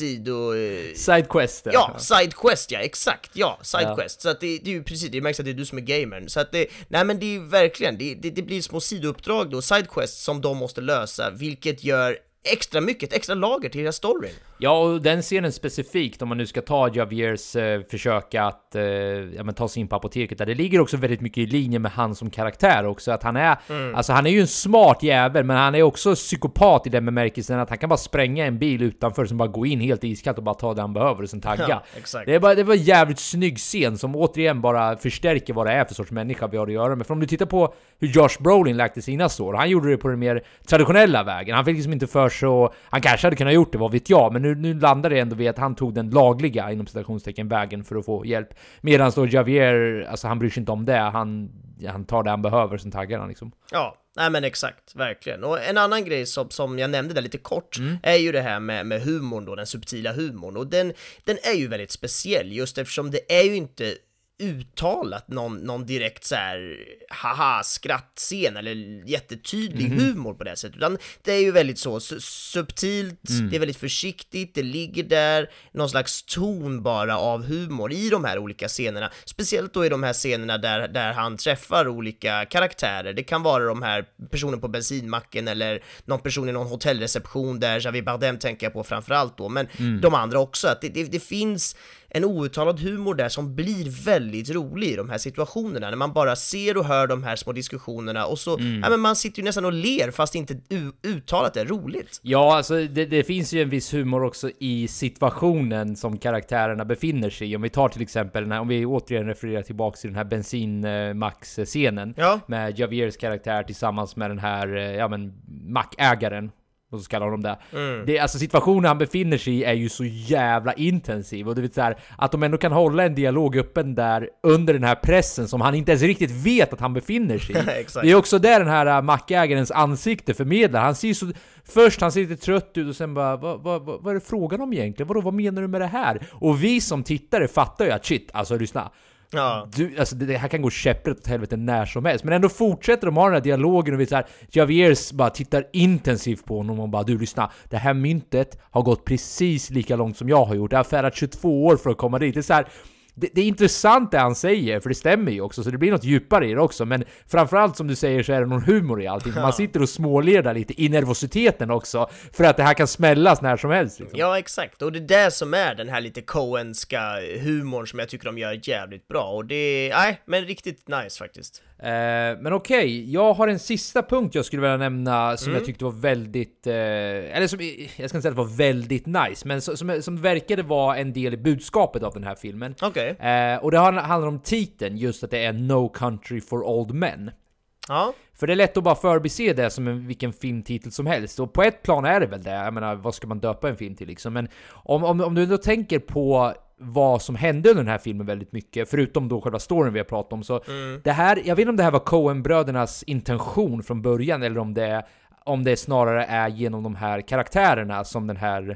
sidequest. Sidequest, exakt. Sidequest. Så att det är ju precis, det märks att det är du som är gamern. Så att det är verkligen, det blir små sidouppdrag då, sidequests som de måste lösa, vilket gör extra mycket, extra lager till hela storyn. Ja, och den scenen specifikt, om man nu ska ta Javiers försök att ta sig in på apoteket där, det ligger också väldigt mycket i linje med han som karaktär också, att han är alltså han är ju en smart jävel, men han är också psykopat i den bemärkelsen att han kan bara spränga en bil utanför som bara gå in helt iskallt och bara ta det han behöver och sen tagga. Ja, exakt. Det var en jävligt snygg scen som återigen bara förstärker vad det är för sorts människa vi har att göra med. För om du tittar på hur Josh Brolin läkte sina sår, han gjorde det på den mer traditionella vägen. Han fick liksom inte för så, han kanske hade kunnat gjort det, vad vet jag, men nu landar det ändå vid att han tog den lagliga inom citationstecken vägen för att få hjälp. Medan då Javier, alltså han bryr sig inte om det, han tar det han behöver, sen taggar han liksom. Ja, nej men exakt, verkligen. Och en annan grej som jag nämnde där lite kort är ju det här med humorn då, den subtila humorn. Och den är ju väldigt speciell, just eftersom det är ju inte uttalat någon direkt så här haha skrattscen eller jättetydlig humor på det sättet, utan det är ju väldigt så subtilt, det är väldigt försiktigt, det ligger där någon slags ton bara av humor i de här olika scenerna, speciellt då i de här scenerna där han träffar olika karaktärer. Det kan vara de här personen på bensinmacken eller någon person i någon hotellreception, där Javier Bardem tänker jag på framförallt då, men de andra också, att det finns en outtalad humor där som blir väldigt rolig i de här situationerna, när man bara ser och hör de här små diskussionerna, och så men man sitter ju nästan och ler fast inte uttalat är roligt. Ja, alltså det finns ju en viss humor också i situationen som karaktärerna befinner sig i. Om vi tar till exempel den här, om vi återigen refererar tillbaka till den här bensinmax-scenen med Javiers karaktär tillsammans med den här mackägaren, och så kallar de det. Det alltså situationen han befinner sig i är ju så jävla intensiv, och det vill säga att de ändå kan hålla en dialog öppen där under den här pressen som han inte ens riktigt vet att han befinner sig i. Det är också där den här mackägarens ansikte förmedlar. Han ser så, först han ser lite trött ut och sen bara vad är det frågan om egentligen? Vad menar du med det här? Och vi som tittare fattar ju att shit, alltså lyssna. Ja. Alltså det här kan gå käpprätt åt helvete när som helst, men ändå fortsätter de ha den här dialogen, och vi så här, Javier bara tittar intensivt på honom och bara, du lyssna, det här myntet har gått precis lika långt som jag har gjort. Det har färdat 22 år för att komma dit. Det är så här, det är intressant det han säger, för det stämmer ju också, så det blir något djupare i det också, men framförallt som du säger så är det någon humor i allting. Man sitter och småleder lite i nervositeten också, för att det här kan smällas när som helst liksom. Ja, exakt, och det är det som är den här lite Coenska humorn som jag tycker de gör jävligt bra, och det är, men riktigt nice faktiskt. Men okej, jag har en sista punkt jag skulle vilja nämna som jag tyckte var väldigt eller som, jag ska inte säga att det var väldigt nice, men som verkade vara en del i budskapet av den här filmen. Okej. Och det handlar om titeln, just att det är No Country for Old Men. Ja. För det är lätt att bara förbise det som vilken filmtitel som helst, och på ett plan är det väl det. Jag menar, vad ska man döpa en film till liksom? Men om du då tänker på vad som hände under den här filmen väldigt mycket, förutom då själva storyn vi har pratat om, så det här, jag vet inte om det här var Coen-brödernas intention från början, eller om det snarare är genom de här karaktärerna som den här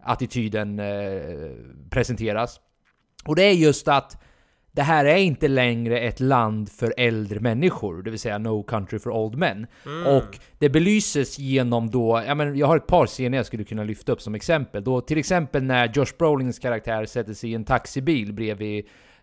attityden presenteras. Och det är just att det här är inte längre ett land för äldre människor, det vill säga No Country for Old Men. Och det belyses genom då, jag har ett par scener jag skulle kunna lyfta upp som exempel. Då, till exempel när Josh Brolins karaktär sätter sig i en taxibil bredvid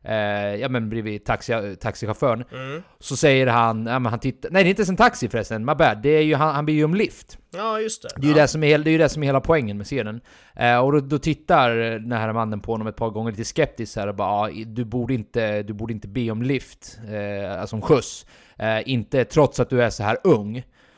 taxichauffören. Så säger han, han tittar, nej det är inte ens en taxi förresten, my bad. Det är ju, han ber ju om lift. Ja, just det. Det är ju det som är hela poängen med scenen. Och då tittar den här mannen på honom ett par gånger lite skeptiskt här och bara, du borde inte be om lift, alltså om skjuts. Inte trots att du är så här ung.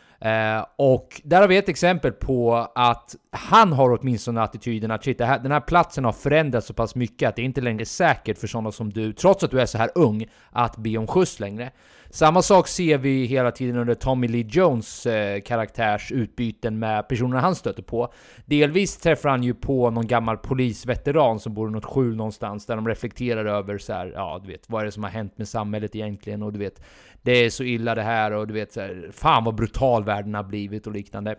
Och där har vi ett exempel på att han har åtminstone attityden att shit, den här platsen har förändrats så pass mycket att det inte längre är säkert för sådana som du, trots att du är så här ung, att be om skjuts längre. Samma sak ser vi hela tiden under Tommy Lee Jones karaktärs utbyten med personerna han stöter på. Delvis träffar han ju på någon gammal polisveteran som bor i något skjul någonstans där de reflekterar över så här, ja du vet, vad är det som har hänt med samhället egentligen, och du vet, det är så illa det här, och du vet så här, fan vad brutal världen har blivit och liknande.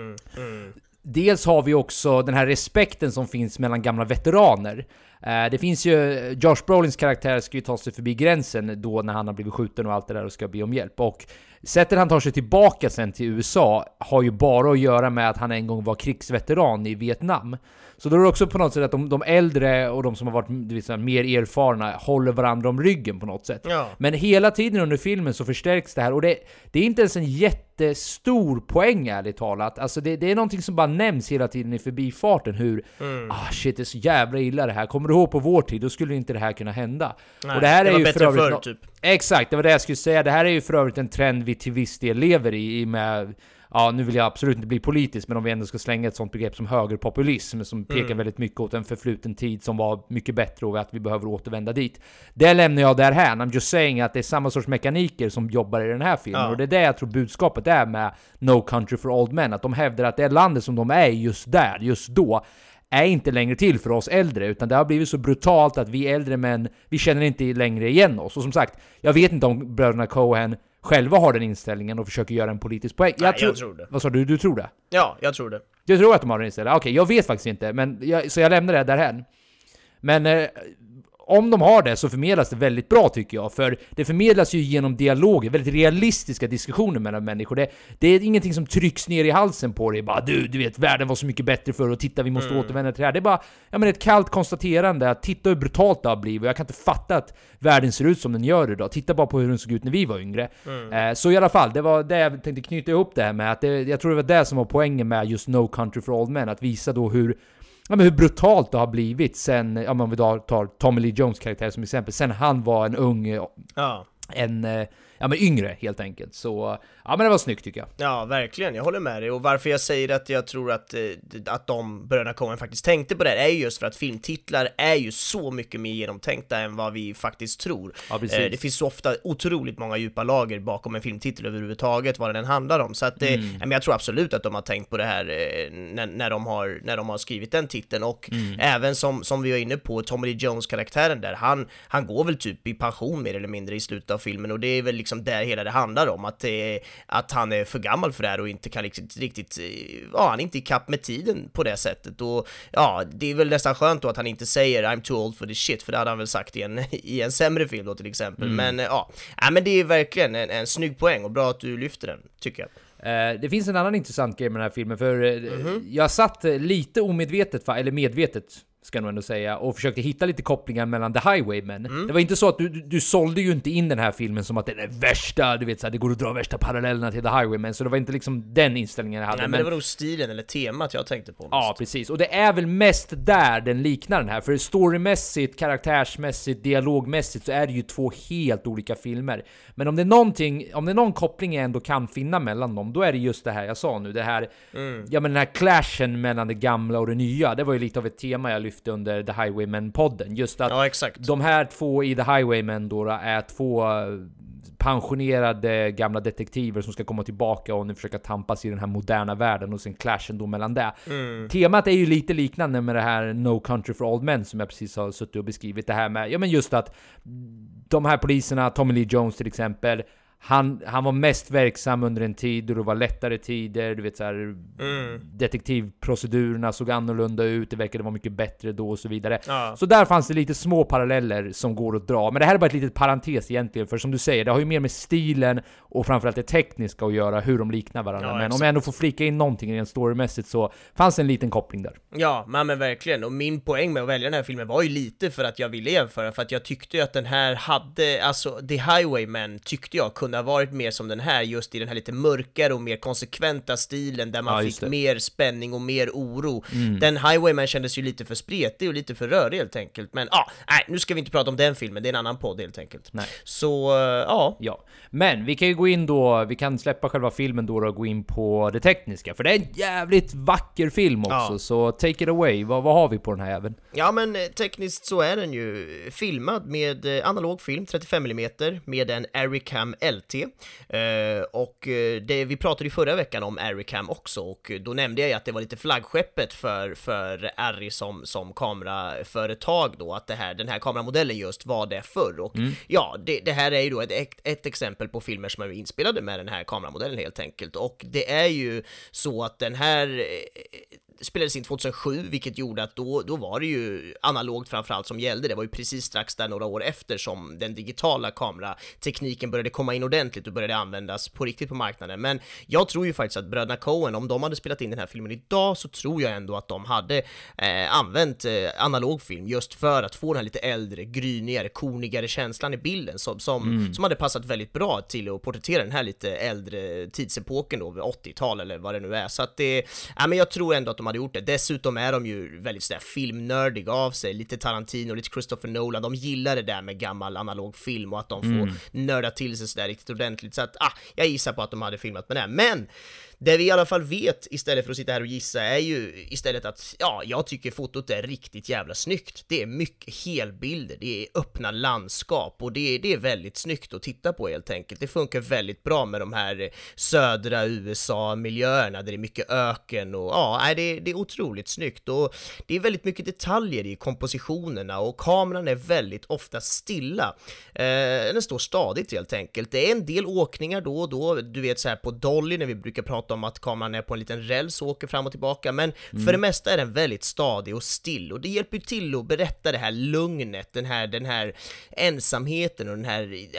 Dels har vi också den här respekten som finns mellan gamla veteraner. Det finns ju, Josh Brolins karaktär ska ju ta sig förbi gränsen då när han har blivit skjuten och allt det där och ska be om hjälp. Och sättet han tar sig tillbaka sen till USA har ju bara att göra med att han en gång var krigsveteran i Vietnam. Så då är det också på något sätt att de äldre och de som har varit mer erfarna håller varandra om ryggen på något sätt. Ja. Men hela tiden under filmen så förstärks det här, och det är inte ens en jättestor poäng ärligt talat. Alltså det är någonting som bara nämns hela tiden i förbifarten, hur shit, det är så jävla illa det här. Kommer du ihåg på vår tid, då skulle inte det här kunna hända. Nej, och det här det är var ju bättre förr typ. Exakt, det var det jag skulle säga. Det här är ju för övrigt en trend vi till viss del lever i med, ja, nu vill jag absolut inte bli politisk, men om vi ändå ska slänga ett sånt begrepp som högerpopulism som pekar väldigt mycket åt en förfluten tid som var mycket bättre och att vi behöver återvända dit. Det lämnar jag där här. I'm just saying att det är samma sorts mekaniker som jobbar i den här filmen. Ja. Och det är det jag tror budskapet är med No Country for Old Men. Att de hävdar att det landet som de är just där, just då, är inte längre till för oss äldre, utan det har blivit så brutalt att vi äldre män, vi känner inte längre igen oss. Och som sagt, jag vet inte om bröderna Coen själva har den inställningen och försöker göra en politisk poäng. Jag tror det. Vad sa du? Du tror det? Ja, jag tror det. Du tror att de har den inställningen? Okej, jag vet faktiskt inte, men så jag lämnar det därhän. Men om de har det så förmedlas det väldigt bra tycker jag, för det förmedlas ju genom dialoger, väldigt realistiska diskussioner mellan människor. Det är ingenting som trycks ner i halsen på dig, bara du vet, världen var så mycket bättre förr och titta, vi måste återvända till det här. Det är bara ett kallt konstaterande att titta hur brutalt det har blivit, och jag kan inte fatta att världen ser ut som den gör idag. Titta bara på hur den såg ut när vi var yngre. Så i alla fall, det var det jag tänkte knyta ihop det här med, att jag tror det var det som var poängen med just No Country for Old Men, att visa då hur brutalt det har blivit sen, om vi tar Tommy Lee Jones karaktär som exempel, sen han var en ung, yngre helt enkelt. Så men det var snyggt tycker jag. Ja, verkligen, jag håller med dig. Och varför jag säger att jag tror att de bröderna Coen faktiskt tänkte på det här är just för att filmtitlar är ju så mycket mer genomtänkta än vad vi faktiskt tror. Ja, det finns så ofta otroligt många djupa lager bakom en filmtitel överhuvudtaget, vad den handlar om. Så att men jag tror absolut att de har tänkt på det här när de har skrivit den titeln. Och även som vi var inne på, Tommy Lee Jones karaktären där, han går väl typ i pension mer eller mindre i slutet av filmen, och det är väl liksom där hela det handlar om, att han är för gammal för det här och inte kan riktigt, han är inte i kapp med tiden på det sättet. Och det är väl nästan skönt då att han inte säger I'm too old for this shit, för det hade han väl sagt i en sämre film då till exempel. Men men det är verkligen en snygg poäng, och bra att du lyfter den, tycker jag. Det finns en annan intressant grej med den här filmen, för jag satt lite omedvetet, eller medvetet ska jag nog ändå säga, och försökte hitta lite kopplingar mellan The Highwaymen. Det var inte så att du sålde ju inte in den här filmen som att den är värsta, du vet så här, det går att dra värsta parallellerna till The Highwaymen, så det var inte liksom den inställningen jag hade. Nej, men det var nog stilen eller temat jag tänkte på. Ja, precis. Och det är väl mest där den liknar den här, för storymässigt, karaktärsmässigt, dialogmässigt så är det ju två helt olika filmer. Men om det är någon koppling jag ändå kan finna mellan dem, då är det just det här jag sa nu, det här, den här clashen mellan det gamla och det nya. Det var ju lite av ett tema jag lyfte under The Highwaymen-podden. Just att de här två i The Highwaymen då är två pensionerade gamla detektiver som ska komma tillbaka och nu försöka tampas i den här moderna världen, och sen clashen då mellan det. Temat är ju lite liknande med det här No Country for Old Men som jag precis har suttit och beskrivit. Det här med, just att de här poliserna, Tommy Lee Jones till exempel, Han var mest verksam under en tid då det var lättare tider, du vet så här, detektivprocedurerna såg annorlunda ut, det verkade vara mycket bättre då och så vidare. Så där fanns det lite små paralleller som går att dra, men det här är bara ett litet parentes egentligen, för som du säger, det har ju mer med stilen och framförallt det tekniska att göra, hur de liknar varandra. Men om jag ändå får flika in någonting rent storymässigt så fanns en liten koppling där. Ja, men verkligen. Och min poäng med att välja den här filmen var ju lite för att jag ville jämföra, för att jag tyckte ju att den här hade, alltså The Highwaymen tyckte jag kunde ha varit mer som den här, just i den här lite mörkare och mer konsekventa stilen där man fick mer spänning och mer oro. Den Highwaymen kändes ju lite för spretig och lite för rörig helt enkelt. Men nej, nu ska vi inte prata om den filmen, det är en annan podd helt enkelt. Nej. Så, ja. Men vi kan ju gå in då, vi kan släppa själva filmen då och gå in på det tekniska, för det är en jävligt vacker film också, så take it away, vad har vi på den här även? Ja, men tekniskt så är den ju filmad med analog film, 35mm, med en Aricam LT, och vi pratade ju förra veckan om Aricam också, och då nämnde jag ju att det var lite flaggskeppet för Arri som kameraföretag då, att den här kameramodellen just var det förr, och det här är ju då ett exempel på filmer som är inspelade med den här kameramodellen helt enkelt, och det är ju så att den här spelades in 2007, vilket gjorde att då var det ju analogt framförallt som gällde. Det var ju precis strax där några år efter som den digitala kameratekniken började komma in ordentligt och började användas på riktigt på marknaden. Men jag tror ju faktiskt att bröderna Coen, om de hade spelat in den här filmen idag, så tror jag ändå att de hade använt analog film just för att få den här lite äldre, grynigare, konigare känslan i bilden som hade passat väldigt bra till att porträttera den här lite äldre tidsepoken då, vid 80-tal eller vad det nu är. Så att men jag tror ändå att de hade gjort det. Dessutom är de ju väldigt sådär filmnördiga av sig, lite Tarantino, lite Christopher Nolan. De gillar det där med gammal analog film och att de får nörda till sig sådär riktigt ordentligt. Så att jag gissar på att de hade filmat med det här. Men det vi i alla fall vet, istället för att sitta här och gissa, är ju istället att jag tycker fotot är riktigt jävla snyggt. Det är mycket helbilder, det är öppna landskap och det är väldigt snyggt att titta på helt enkelt. Det funkar väldigt bra med de här södra USA-miljöerna där det är mycket öken och det är otroligt snyggt, och det är väldigt mycket detaljer i kompositionerna, och kameran är väldigt ofta stilla. Den står stadigt helt enkelt. Det är en del åkningar då och då, du vet så här på Dolly när vi brukar prata om att kameran är på en liten räls och åker fram och tillbaka, men för det mesta är den väldigt stadig och still, och det hjälper till att berätta det här lugnet, den här ensamheten och den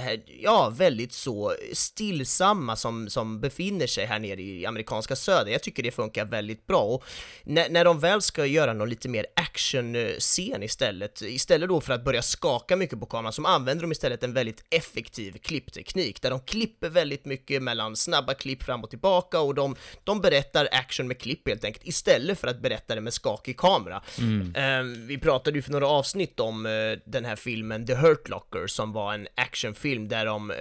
här väldigt så stillsamma som befinner sig här nere i amerikanska söder. Jag tycker det funkar väldigt bra, och när de väl ska göra någon lite mer action-scen istället då för att börja skaka mycket på kameran, som använder de istället en väldigt effektiv klippteknik, där de klipper väldigt mycket mellan snabba klipp fram och tillbaka, och de berättar action med klipp helt enkelt, istället för att berätta det med skakig kamera. Vi pratade ju för några avsnitt om den här filmen The Hurt Locker, som var en actionfilm där de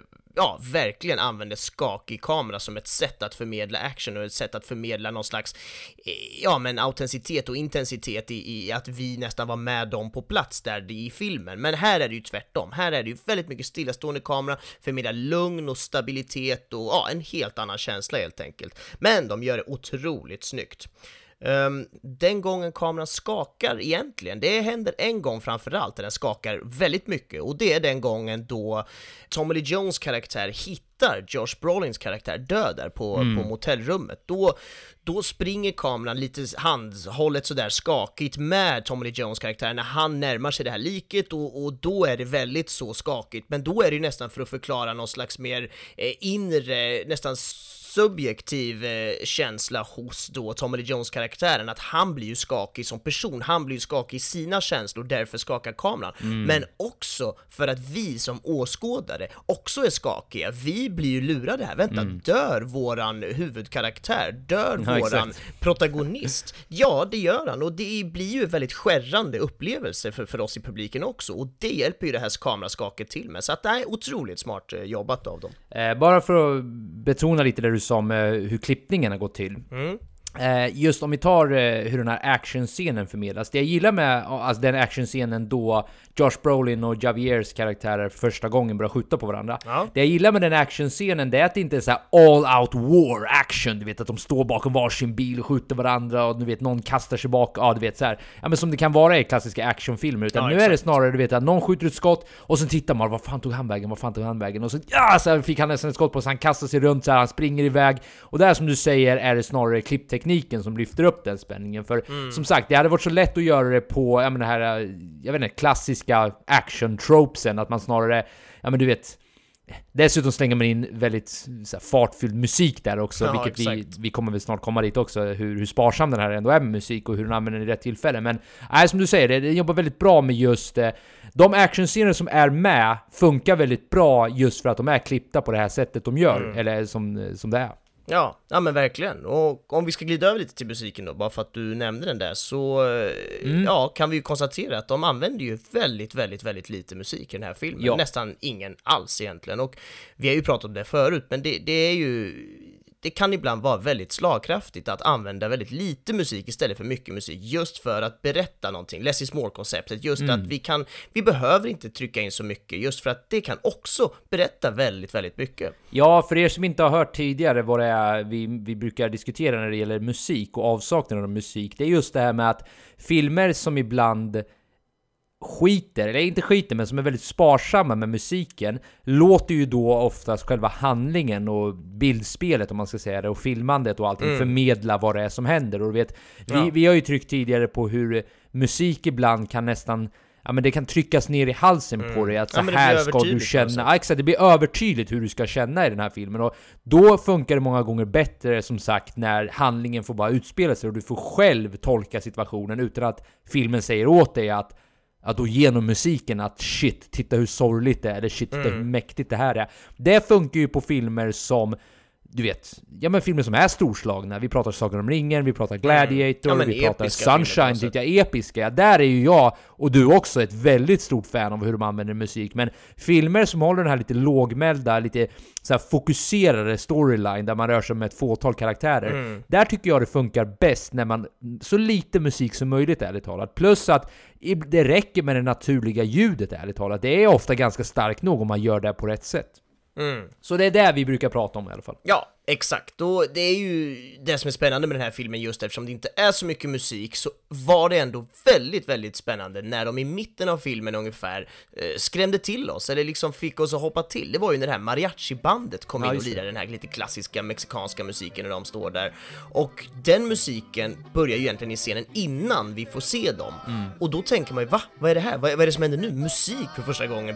verkligen använde skakig kamera som ett sätt att förmedla action och ett sätt att förmedla någon slags autenticitet och intensitet i att vi nästan var med dem på plats där i filmen. Men här är det ju tvärtom. Här är det ju väldigt mycket stillastående kamera, förmedlar lugn och stabilitet och en helt annan känsla helt enkelt. Men de gör det otroligt snyggt. Den gången kameran skakar egentligen, det händer en gång framförallt där den skakar väldigt mycket, och det är den gången då Tommy Lee Jones karaktär hittar Josh Brolins karaktär död där på motellrummet. Då springer kameran lite handhållet sådär skakigt med Tommy Lee Jones karaktär när han närmar sig det här liket, och då är det väldigt så skakigt, men då är det ju nästan för att förklara någon slags mer inre, nästan subjektiv känsla hos då Tommy Lee Jones karaktären, att han blir ju skakig som person, han blir ju skakig i sina känslor, därför skakar kameran, men också för att vi som åskådare också är skakiga, vi blir ju lurade här, vänta, dör våran huvudkaraktär, dör våran protagonist? Ja, det gör han, och det blir ju en väldigt skärrande upplevelse för oss i publiken också, och det hjälper ju det här kameraskaket till med, så att det är otroligt smart jobbat av dem. Bara för att betona lite det du sa med hur klippningen har gått till. Just om vi tar hur den här actionscenen förmedlas. Det jag gillar med alltså den actionscenen då Josh Brolin och Javiers karaktärer första gången börjar skjuta på varandra. Ja. Det jag gillar med den actionscenen det är att det inte är så här all out war action. Du vet att de står bakom varsin bil och skjuter varandra och du vet någon kastar sig bak. Ja, du vet så här. Ja, men som det kan vara i klassiska actionfilmer. Utan nu är det snarare du vet att någon skjuter ett skott och sen tittar man vad fan tog han vägen och så så fick han nästan ett skott på så han kastar sig runt så här, han springer iväg och där som du säger är det snarare klipptekniken som lyfter upp den spänningen för som sagt det hade varit så lätt att göra det på jag vet inte klassiska action tropesen att man snarare ja men du vet dessutom slänger man in väldigt så här, fartfylld musik där också, ja, vilket vi kommer väl snart komma dit också, hur sparsam den här ändå är med musik och hur den använder den i rätt tillfälle. Men som du säger, det jobbar väldigt bra med just de actionscener som är med funkar väldigt bra just för att de är klippta på det här sättet de gör, eller som det är. Ja, men verkligen. Och om vi ska glida över lite till musiken då, bara för att du nämnde den där, så ja, kan vi ju konstatera att de använder ju väldigt, väldigt, väldigt lite musik i den här filmen. Ja. Nästan ingen alls egentligen. Och vi har ju pratat om det förut, men det är ju... Det kan ibland vara väldigt slagkraftigt att använda väldigt lite musik istället för mycket musik, just för att berätta någonting. Less is more-konceptet, just att vi behöver inte trycka in så mycket, just för att det kan också berätta väldigt, väldigt mycket. Ja, för er som inte har hört tidigare vad det är vi brukar diskutera när det gäller musik och avsaknaden av musik, det är just det här med att filmer som ibland skiter, eller inte skiter men som är väldigt sparsamma med musiken låter ju då oftast själva handlingen och bildspelet om man ska säga det och filmandet och allting förmedla vad det är som händer och du vet, vi har ju tryckt tidigare på hur musik ibland kan nästan men det kan tryckas ner i halsen på dig att så här ska du känna. Exakt, det blir övertydligt hur du ska känna i den här filmen och då funkar det många gånger bättre som sagt när handlingen får bara utspela sig och du får själv tolka situationen utan att filmen säger åt dig att då genom musiken att shit, titta hur sorgligt det är eller shit, titta hur mäktigt det här är. Det funkar ju på filmer som du vet, men filmer som är storslagna. Vi pratar Sagan om ringen, vi pratar Gladiator, vi pratar Sunshine, tyckte jag episka. Där är ju jag och du också ett väldigt stort fan av hur de använder musik. Men filmer som håller den här lite lågmälda, lite så här fokuserade storyline där man rör sig med ett fåtal karaktärer. Där tycker jag det funkar bäst när man så lite musik som möjligt ärligt talat. Plus att det räcker med det naturliga ljudet ärligt talat. Det är ofta ganska starkt nog om man gör det på rätt sätt. Så det är det vi brukar prata om i alla fall. Ja, exakt. Och det är ju det som är spännande med den här filmen, just eftersom det inte är så mycket musik så var det ändå väldigt, väldigt spännande när de i mitten av filmen ungefär skrämde till oss, eller liksom fick oss att hoppa till. Det var ju när det här mariachi-bandet kom in och lirade den här lite klassiska mexikanska musiken när de står där. Och den musiken börjar ju egentligen i scenen innan vi får se dem. Och då tänker man ju, vad är det här? Vad är det som händer nu? Musik för första gången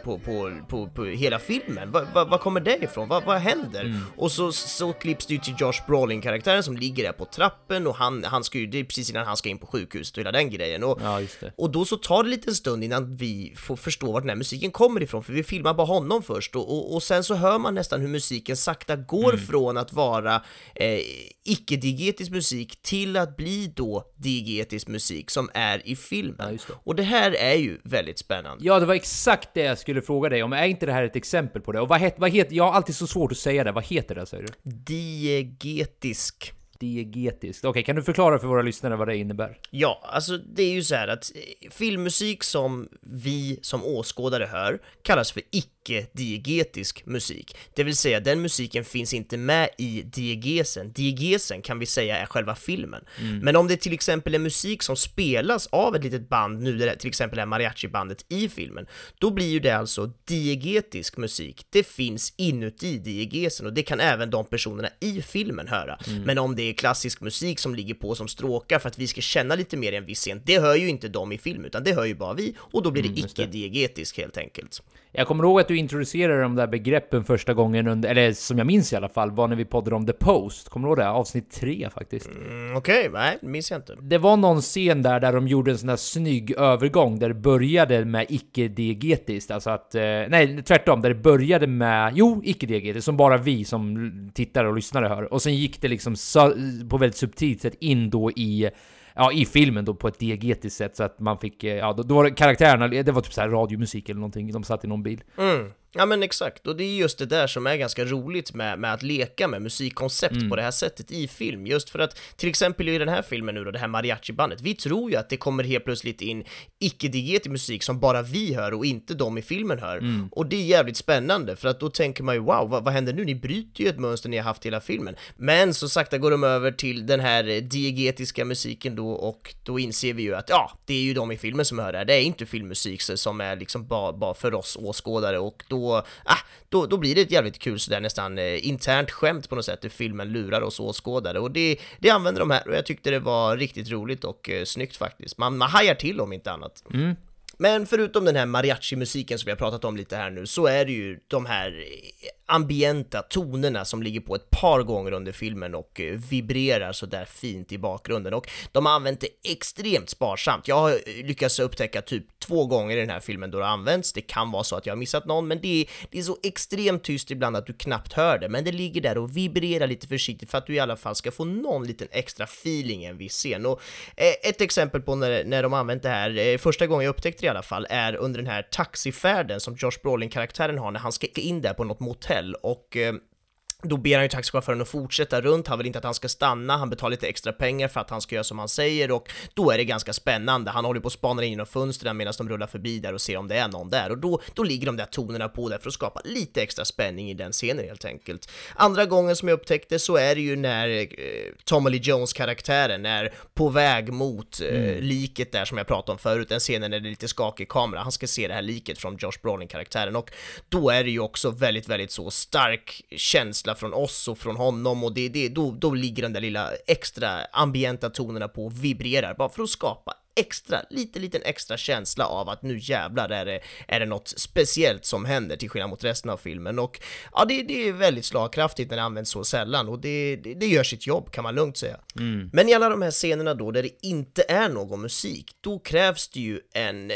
på hela filmen. Vad kommer det ifrån? Vad händer? Och så klipps det ju till Josh Brolin-karaktären som ligger där på trappen och han ska ju, det är precis innan han ska in på sjukhuset och hela den grejen. Och då så tar det lite en stund innan vi får förstå var den här musiken kommer ifrån, för vi filmar bara honom först och sen så hör man nästan hur musiken sakta går från att vara icke-diegetisk musik till att bli då diegetisk musik som är i filmen. Och det här är ju väldigt spännande. Ja, det var exakt det jag skulle fråga dig om. Är inte det här ett exempel på det? Och vad heter, jag har alltid så svårt att säga det. Vad heter det, säger du? Diegetisk. Okej, kan du förklara för våra lyssnare vad det innebär? Ja, alltså det är ju så här att filmmusik som vi som åskådare hör kallas för icke-diegetisk musik. Det vill säga, den musiken finns inte med i diegesen. Diegesen kan vi säga är själva filmen. Men om det till exempel är musik som spelas av ett litet band, nu det till exempel är mariachi-bandet i filmen, då blir ju det alltså diegetisk musik. Det finns inuti diegesen och det kan även de personerna i filmen höra. Men om det är klassisk musik som ligger på som stråkar för att vi ska känna lite mer i en viss scen, det hör ju inte de i film, utan det hör ju bara vi, och då blir det icke-diegetisk helt enkelt. Jag kommer ihåg att du introducerade de där begreppen första gången eller som jag minns i alla fall, var när vi poddade om The Post. Kommer du ihåg det? Avsnitt 3 faktiskt. Okej, nej, minns jag inte. Det var någon scen där de gjorde en sån här snygg övergång där det började med icke-diegetiskt, alltså att, nej tvärtom, där det började med, icke-diegetiskt, som bara vi som tittare och lyssnare hör, och sen gick det liksom på väldigt subtilt sätt in då i filmen då på ett diegetiskt sätt, så att man fick, då var det karaktärerna, det var typ så här radiomusik eller någonting, de satt i någon bil. Ja men exakt, och det är just det där som är ganska roligt med att leka med musikkoncept på det här sättet i film, just för att till exempel i den här filmen nu då, det här mariachi-bandet, vi tror ju att det kommer helt plötsligt in icke-diegetisk musik som bara vi hör och inte de i filmen hör, och det är jävligt spännande för att då tänker man ju wow, vad händer nu? Ni bryter ju ett mönster ni har haft hela filmen, men så sakta går de över till den här diegetiska musiken då, och då inser vi ju att ja, det är ju de i filmen som hör det här, det är inte filmmusik som är liksom bara för oss åskådare, och då blir det ett jävligt kul sådär nästan internt skämt på något sätt hur filmen lurar oss åskådare, och det använder de här, och jag tyckte det var riktigt roligt och snyggt faktiskt. Man hajar till om inte annat. Men förutom den här mariachi-musiken som vi har pratat om lite här nu, så är det ju de här ambienta tonerna som ligger på ett par gånger under filmen och vibrerar så där fint i bakgrunden, och de har använt det extremt sparsamt. Jag har lyckats upptäcka typ 2 gånger i den här filmen då det används. Det kan vara så att jag har missat någon, men det är så extremt tyst ibland att du knappt hör det, men det ligger där och vibrerar lite försiktigt för att du i alla fall ska få någon liten extra feeling i en viss scen. Och ett exempel på när de har använt det här, första gången jag upptäckte det i alla fall, är under den här taxifärden som Josh Brolin-karaktären har när han ska in där på något motell, och då ber han ju taxichauffören att fortsätta runt, han vill inte att han ska stanna, han betalar lite extra pengar för att han ska göra som han säger, och då är det ganska spännande. Han håller på att spana in genom fönstren medan de rullar förbi där och ser om det är någon där, och då ligger de där tonerna på där för att skapa lite extra spänning i den scenen helt enkelt. Andra gången som jag upptäckte så är det ju när Tommy Lee Jones-karaktären är på väg mot liket där som jag pratade om förut, den scenen är det lite skakig kamera, han ska se det här liket från Josh Brolin-karaktären, och då är det ju också väldigt, väldigt så stark känsla från oss och från honom, och då ligger den där lilla extra ambienta tonerna på och vibrerar bara för att skapa liten extra känsla av att nu jävlar är det något speciellt som händer till skillnad mot resten av filmen. Och ja, det är väldigt slagkraftigt när det används så sällan, och det gör sitt jobb kan man lugnt säga. Men i alla de här scenerna då där det inte är någon musik, då krävs det ju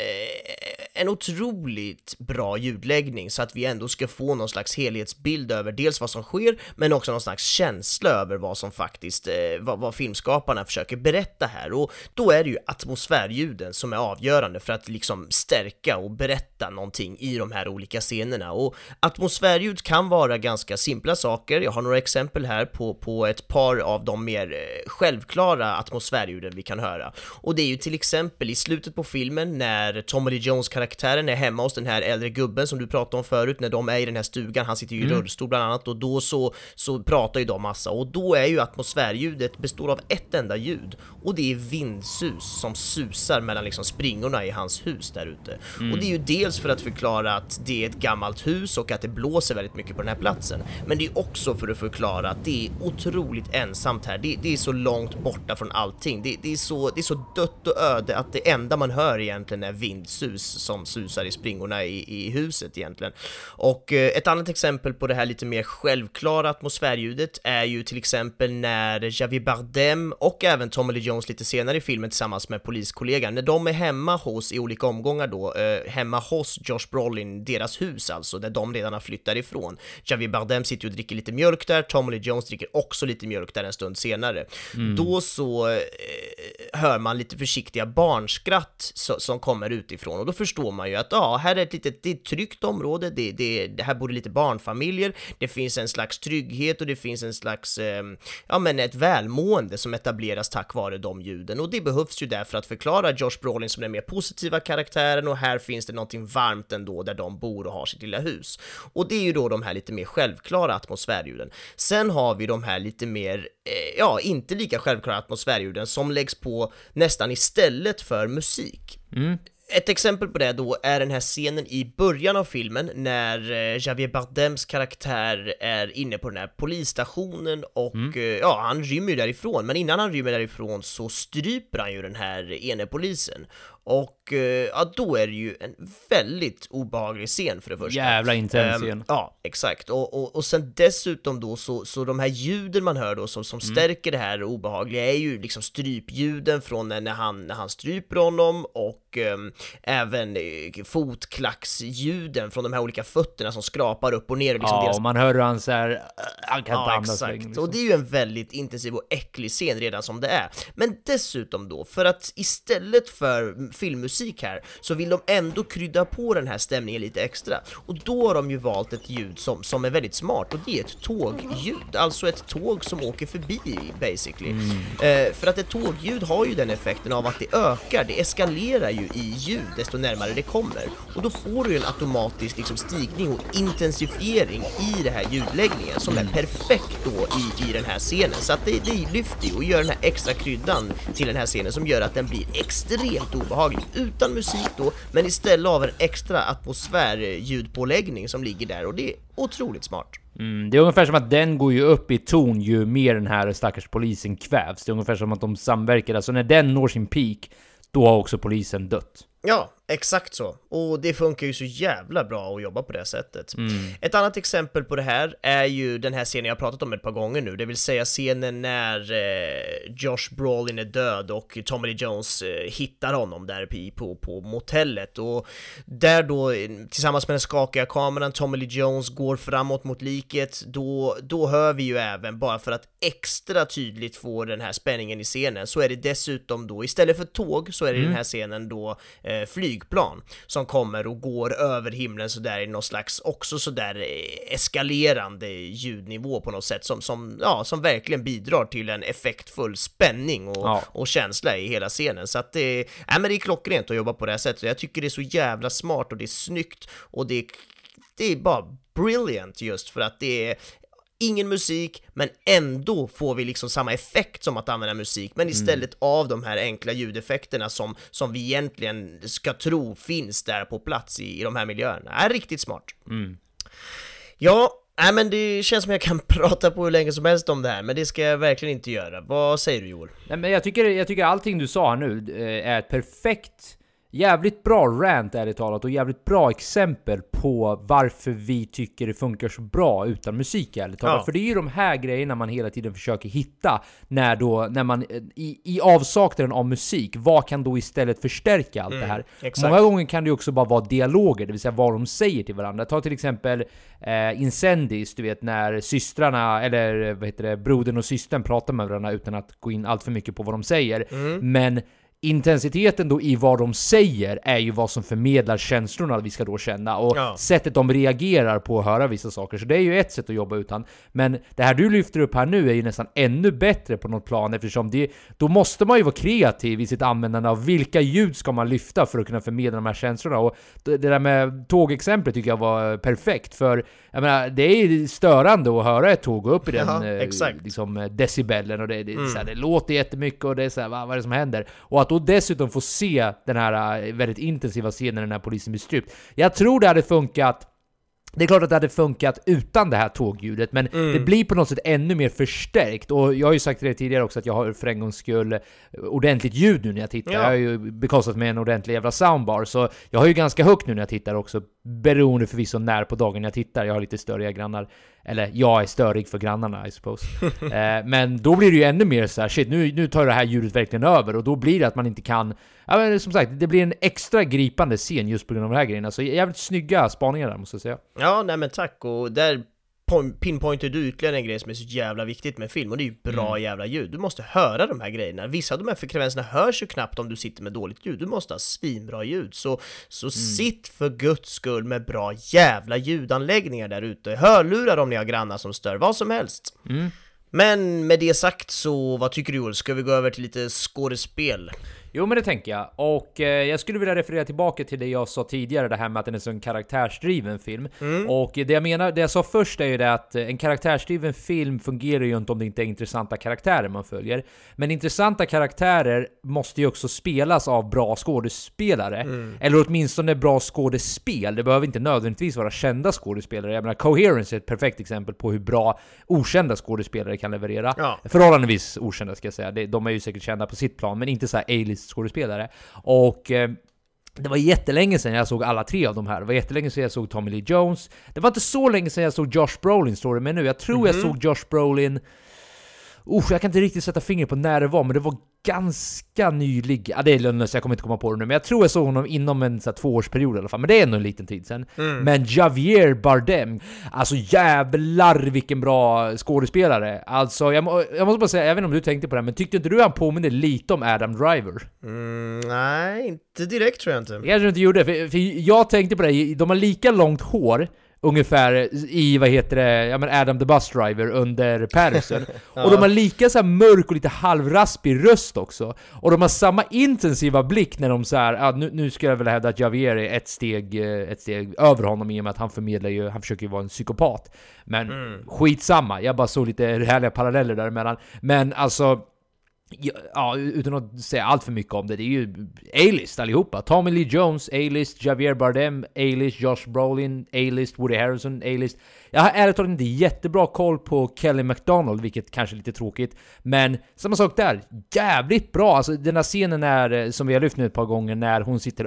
en otroligt bra ljudläggning så att vi ändå ska få någon slags helhetsbild över dels vad som sker, men också någon slags känsla över vad som faktiskt vad filmskaparna försöker berätta här. Och då är det ju atmosfärljuden som är avgörande för att liksom stärka och berätta någonting i de här olika scenerna. Och atmosfärljud kan vara ganska simpla saker. Jag har några exempel här på ett par av de mer självklara atmosfärljuden vi kan höra. Och det är ju till exempel i slutet på filmen när Tommy Lee Jones karaktären är hemma hos den här äldre gubben som du pratade om förut, när de är i den här stugan, han sitter ju i rullstol bland annat, och då så pratar ju de massa, och då är ju atmosfärljudet består av ett enda ljud, och det är vindsus som susar mellan liksom springorna i hans hus där ute. Och det är ju dels för att förklara att det är ett gammalt hus och att det blåser väldigt mycket på den här platsen, men det är också för att förklara att det är otroligt ensamt här, det är så långt borta från allting, det är så dött och öde att det enda man hör egentligen är vindsus som susar i springorna i huset egentligen. Och ett annat exempel på det här lite mer självklara atmosfärljudet är ju till exempel när Javier Bardem och även Tommy Lee Jones lite senare i filmen tillsammans med poliskollegan, när de är hemma i olika omgångar då, hemma hos Josh Brolin, deras hus alltså, där de redan har flyttat ifrån. Javier Bardem sitter och dricker lite mjölk där, Tommy Lee Jones dricker också lite mjölk där en stund senare. Då så hör man lite försiktiga barnskratt som kommer utifrån, och då förstår man ju att här är det är ett tryggt område, det här bor lite barnfamiljer, det finns en slags trygghet och det finns en slags ett välmående som etableras tack vare de ljuden, och det behövs ju därför att förklara Josh Brolin som den mer positiva karaktären, och här finns det någonting varmt ändå där de bor och har sitt lilla hus. Och det är ju då de här lite mer självklara atmosfärljuden. Sen har vi de här lite mer inte lika självklara atmosfärljuden som läggs på nästan istället för musik. Ett exempel på det då är den här scenen i början av filmen när Javier Bardems karaktär är inne på den här polisstationen och han rymmer ju därifrån, men innan han rymmer därifrån så stryper han ju den här ene polisen. Och då är det ju en väldigt obehaglig scen för det första. Jävla intens scen. Ja, exakt. Och sen dessutom då så de här ljuden man hör då som stärker det här obehagliga är ju liksom strypljuden från när han stryper honom, och även fotklacksljuden från de här olika fötterna som skrapar upp och ner. Och liksom och man hör hur han såhär, han kan inte andas exakt. längre, liksom. Och det är ju en väldigt intensiv och äcklig scen redan som det är. Men dessutom då, för att istället för filmmusik här, så vill de ändå krydda på den här stämningen lite extra. Och då har de ju valt ett ljud som är väldigt smart, och det är ett tågljud, alltså ett tåg som åker förbi basically. För att ett tågljud har ju den effekten av att det ökar, det eskalerar ju i ljud desto närmare det kommer. Och då får du ju en automatisk liksom stigning och intensifiering i det här ljudläggningen som är perfekt då i den här scenen. Så att det lyfter och gör den här extra kryddan till den här scenen som gör att den blir extremt obehaglig utan musik då, men istället av en extra atmosfär ljudpåläggning som ligger där, och det är otroligt smart. Det är ungefär som att den går ju upp i ton ju mer den här stackars polisen kvävs. Det är ungefär som att de samverkar, alltså när den når sin peak, då har också polisen dött. Ja, exakt så. Och det funkar ju så jävla bra att jobba på det sättet. Ett annat exempel på det här är ju den här scenen jag har pratat om ett par gånger nu. Det vill säga scenen när Josh Brolin är död och Tommy Lee Jones hittar honom där på motellet. Och där då, tillsammans med den skakiga kameran, Tommy Lee Jones går framåt mot liket. Då hör vi ju även, bara för att extra tydligt få den här spänningen i scenen, så är det dessutom då, istället för tåg, så är det i den här scenen då flygplan som kommer och går över himlen så där i någon slags också så där eskalerande ljudnivå på något sätt som verkligen bidrar till en effektfull spänning och känsla i hela scenen. Så att det är klockrent att jobba på det här sättet. Jag tycker det är så jävla smart och det är snyggt och det är bara brilliant, just för att det är ingen musik, men ändå får vi liksom samma effekt som att använda musik, men istället av de här enkla ljudeffekterna som vi egentligen ska tro finns där på plats i de här miljöerna. Är riktigt smart. Ja, men det känns som jag kan prata på hur länge som helst om det här, men det ska jag verkligen inte göra. Vad säger du, Joel? Nej, men jag tycker allting du sa här nu är ett perfekt, jävligt bra rant ärligt talat, och jävligt bra exempel på varför vi tycker det funkar så bra utan musik ärligt talat. För det är ju de här grejerna man hela tiden försöker hitta när man i avsaknaden av musik, vad kan då istället förstärka allt det här? Exakt. Många gånger kan det ju också bara vara dialoger, det vill säga vad de säger till varandra. Ta till exempel Incendies, du vet, när systrarna, eller brodern och systern pratar med varandra utan att gå in allt för mycket på vad de säger. Men intensiteten då i vad de säger är ju vad som förmedlar känslorna vi ska då känna, och sättet de reagerar på att höra vissa saker. Så det är ju ett sätt att jobba utan. Men det här du lyfter upp här nu är ju nästan ännu bättre på något plan, eftersom då måste man ju vara kreativ i sitt användande av vilka ljud ska man lyfta för att kunna förmedla de här känslorna. Och det där med tågexemplet tycker jag var perfekt, för jag menar, det är ju störande att höra ett tåg gå upp i den liksom decibellen, och det så här, det låter jättemycket och det är så här, vad är det som händer? Och att då dessutom få se den här väldigt intensiva scenen när den här polisen blir strypt. Jag tror det hade funkat. Det är klart att det hade funkat utan det här tågljudet, men det blir på något sätt ännu mer förstärkt. Och jag har ju sagt det tidigare också att jag har för en gångs skull ordentligt ljud nu när jag tittar. Jag har ju bekostat med en ordentlig jävla soundbar, så jag har ju ganska högt nu när jag tittar också, beroende förvisso när på dagen jag tittar. Jag har lite störiga grannar, eller jag är störig för grannarna, I suppose. Men då blir det ju ännu mer så här, shit, nu tar det här ljudet verkligen över, och då blir det att man inte kan, men som sagt, det blir en extra gripande scen just på grund av de här grejerna. Så jävligt snygga spaningar där, måste jag säga. Ja, nej men tack, och där pinpointer du ytterligare en grej som är så jävla viktigt med film, och det är ju bra jävla ljud. Du måste höra de här grejerna. Vissa av de här frekvenserna hörs ju knappt om du sitter med dåligt ljud. Du måste ha svinbra ljud. Så sitt för guds skull med bra jävla ljudanläggningar där ute. Hörlurar om ni har grannar som stör, vad som helst. Men med det sagt, så vad tycker du, Joel? Ska vi gå över till lite skådespel? Jo, men det tänker jag. Och jag skulle vilja referera tillbaka till det jag sa tidigare, det här med att den är så en karaktärsdriven film. Och det jag sa först är ju det att en karaktärsdriven film fungerar ju inte om det inte är intressanta karaktärer man följer. Men intressanta karaktärer måste ju också spelas av bra skådespelare. Eller åtminstone bra skådespel. Det behöver inte nödvändigtvis vara kända skådespelare. Jag menar, Coherence är ett perfekt exempel på hur bra okända skådespelare kan leverera. Förhållandevis okända, ska jag säga. De är ju säkert kända på sitt plan, men inte så här A-list skådespelare. Och det var jättelänge sedan jag såg alla tre av de här. Det var jättelänge sedan jag såg Tommy Lee Jones. Det var inte så länge sedan jag såg Josh Brolin, står det med nu. Jag tror jag såg Josh Brolin jag kan inte riktigt sätta fingret på när det var, men det var ganska nylig. Ja, det är lönlöst, jag kommer inte komma på det nu, men jag tror jag såg honom inom en 2-årsperiod i alla fall, men det är ändå en liten tid sedan. Men Javier Bardem, alltså jävlar vilken bra skådespelare. Alltså jag måste bara säga, jag vet inte om du tänkte på det, men tyckte inte du han påminner lite om Adam Driver? Nej, inte direkt tror jag inte. Jag kanske inte gjorde det, för jag tänkte på det, de har lika långt hår ungefär i, Adam the Bus Driver under Patterson. Och de har lika så här mörk och lite halvraspig röst också. Och de har samma intensiva blick när de så här, nu ska jag väl hävda att Javier är ett steg över honom i och med att han försöker ju vara en psykopat. Men skitsamma, jag bara såg lite härliga paralleller däremellan. Men alltså, ja, utan att säga allt för mycket om det, det är ju A-list allihopa. Tommy Lee Jones, A-list. Javier Bardem, A-list. Josh Brolin, A-list. Woody Harrelson, A-list. Jag har ärligt talat inte jättebra koll på Kelly MacDonald, vilket kanske är lite tråkigt. Men samma sak där, jävligt bra. Alltså den här scenen är, som vi har lyft nu ett par gånger, när hon sitter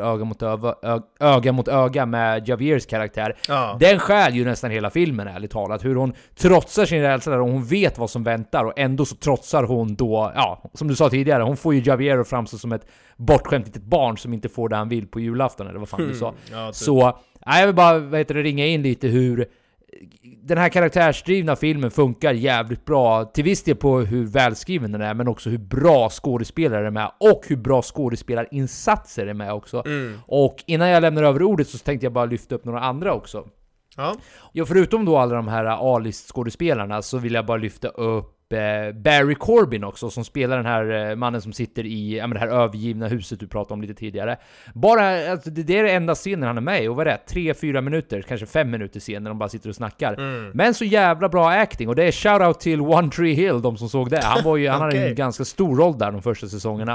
öga mot öga med Javiers karaktär. Den skär ju nästan hela filmen, ärligt talat. Hur hon trotsar sin rädsla och hon vet vad som väntar, och ändå så trotsar hon då, som du sa tidigare, hon får ju Javier att framstå som ett bortskämt litet barn som inte får det han vill på julafton, eller vad fan du sa. Så jag vill bara ringa in lite hur den här karaktärsdrivna filmen funkar jävligt bra, till viss del på hur välskriven den är, men också hur bra skådespelare är med och hur bra skådespelarinsatser är med också. Och innan jag lämnar över ordet så tänkte jag bara lyfta upp några andra också. Ja, förutom då alla de här A-list skådespelarna så vill jag bara lyfta upp Barry Corbin också, som spelar den här mannen som sitter i det här övergivna huset du pratade om lite tidigare. Bara, alltså, det är det enda scenen han är med i, och vad är det? 3-4 minuter, kanske 5 minuter sen när de bara sitter och snackar. Men så jävla bra acting, och det är shoutout till One Tree Hill, de som såg det. Han hade en ganska stor roll där de första säsongerna.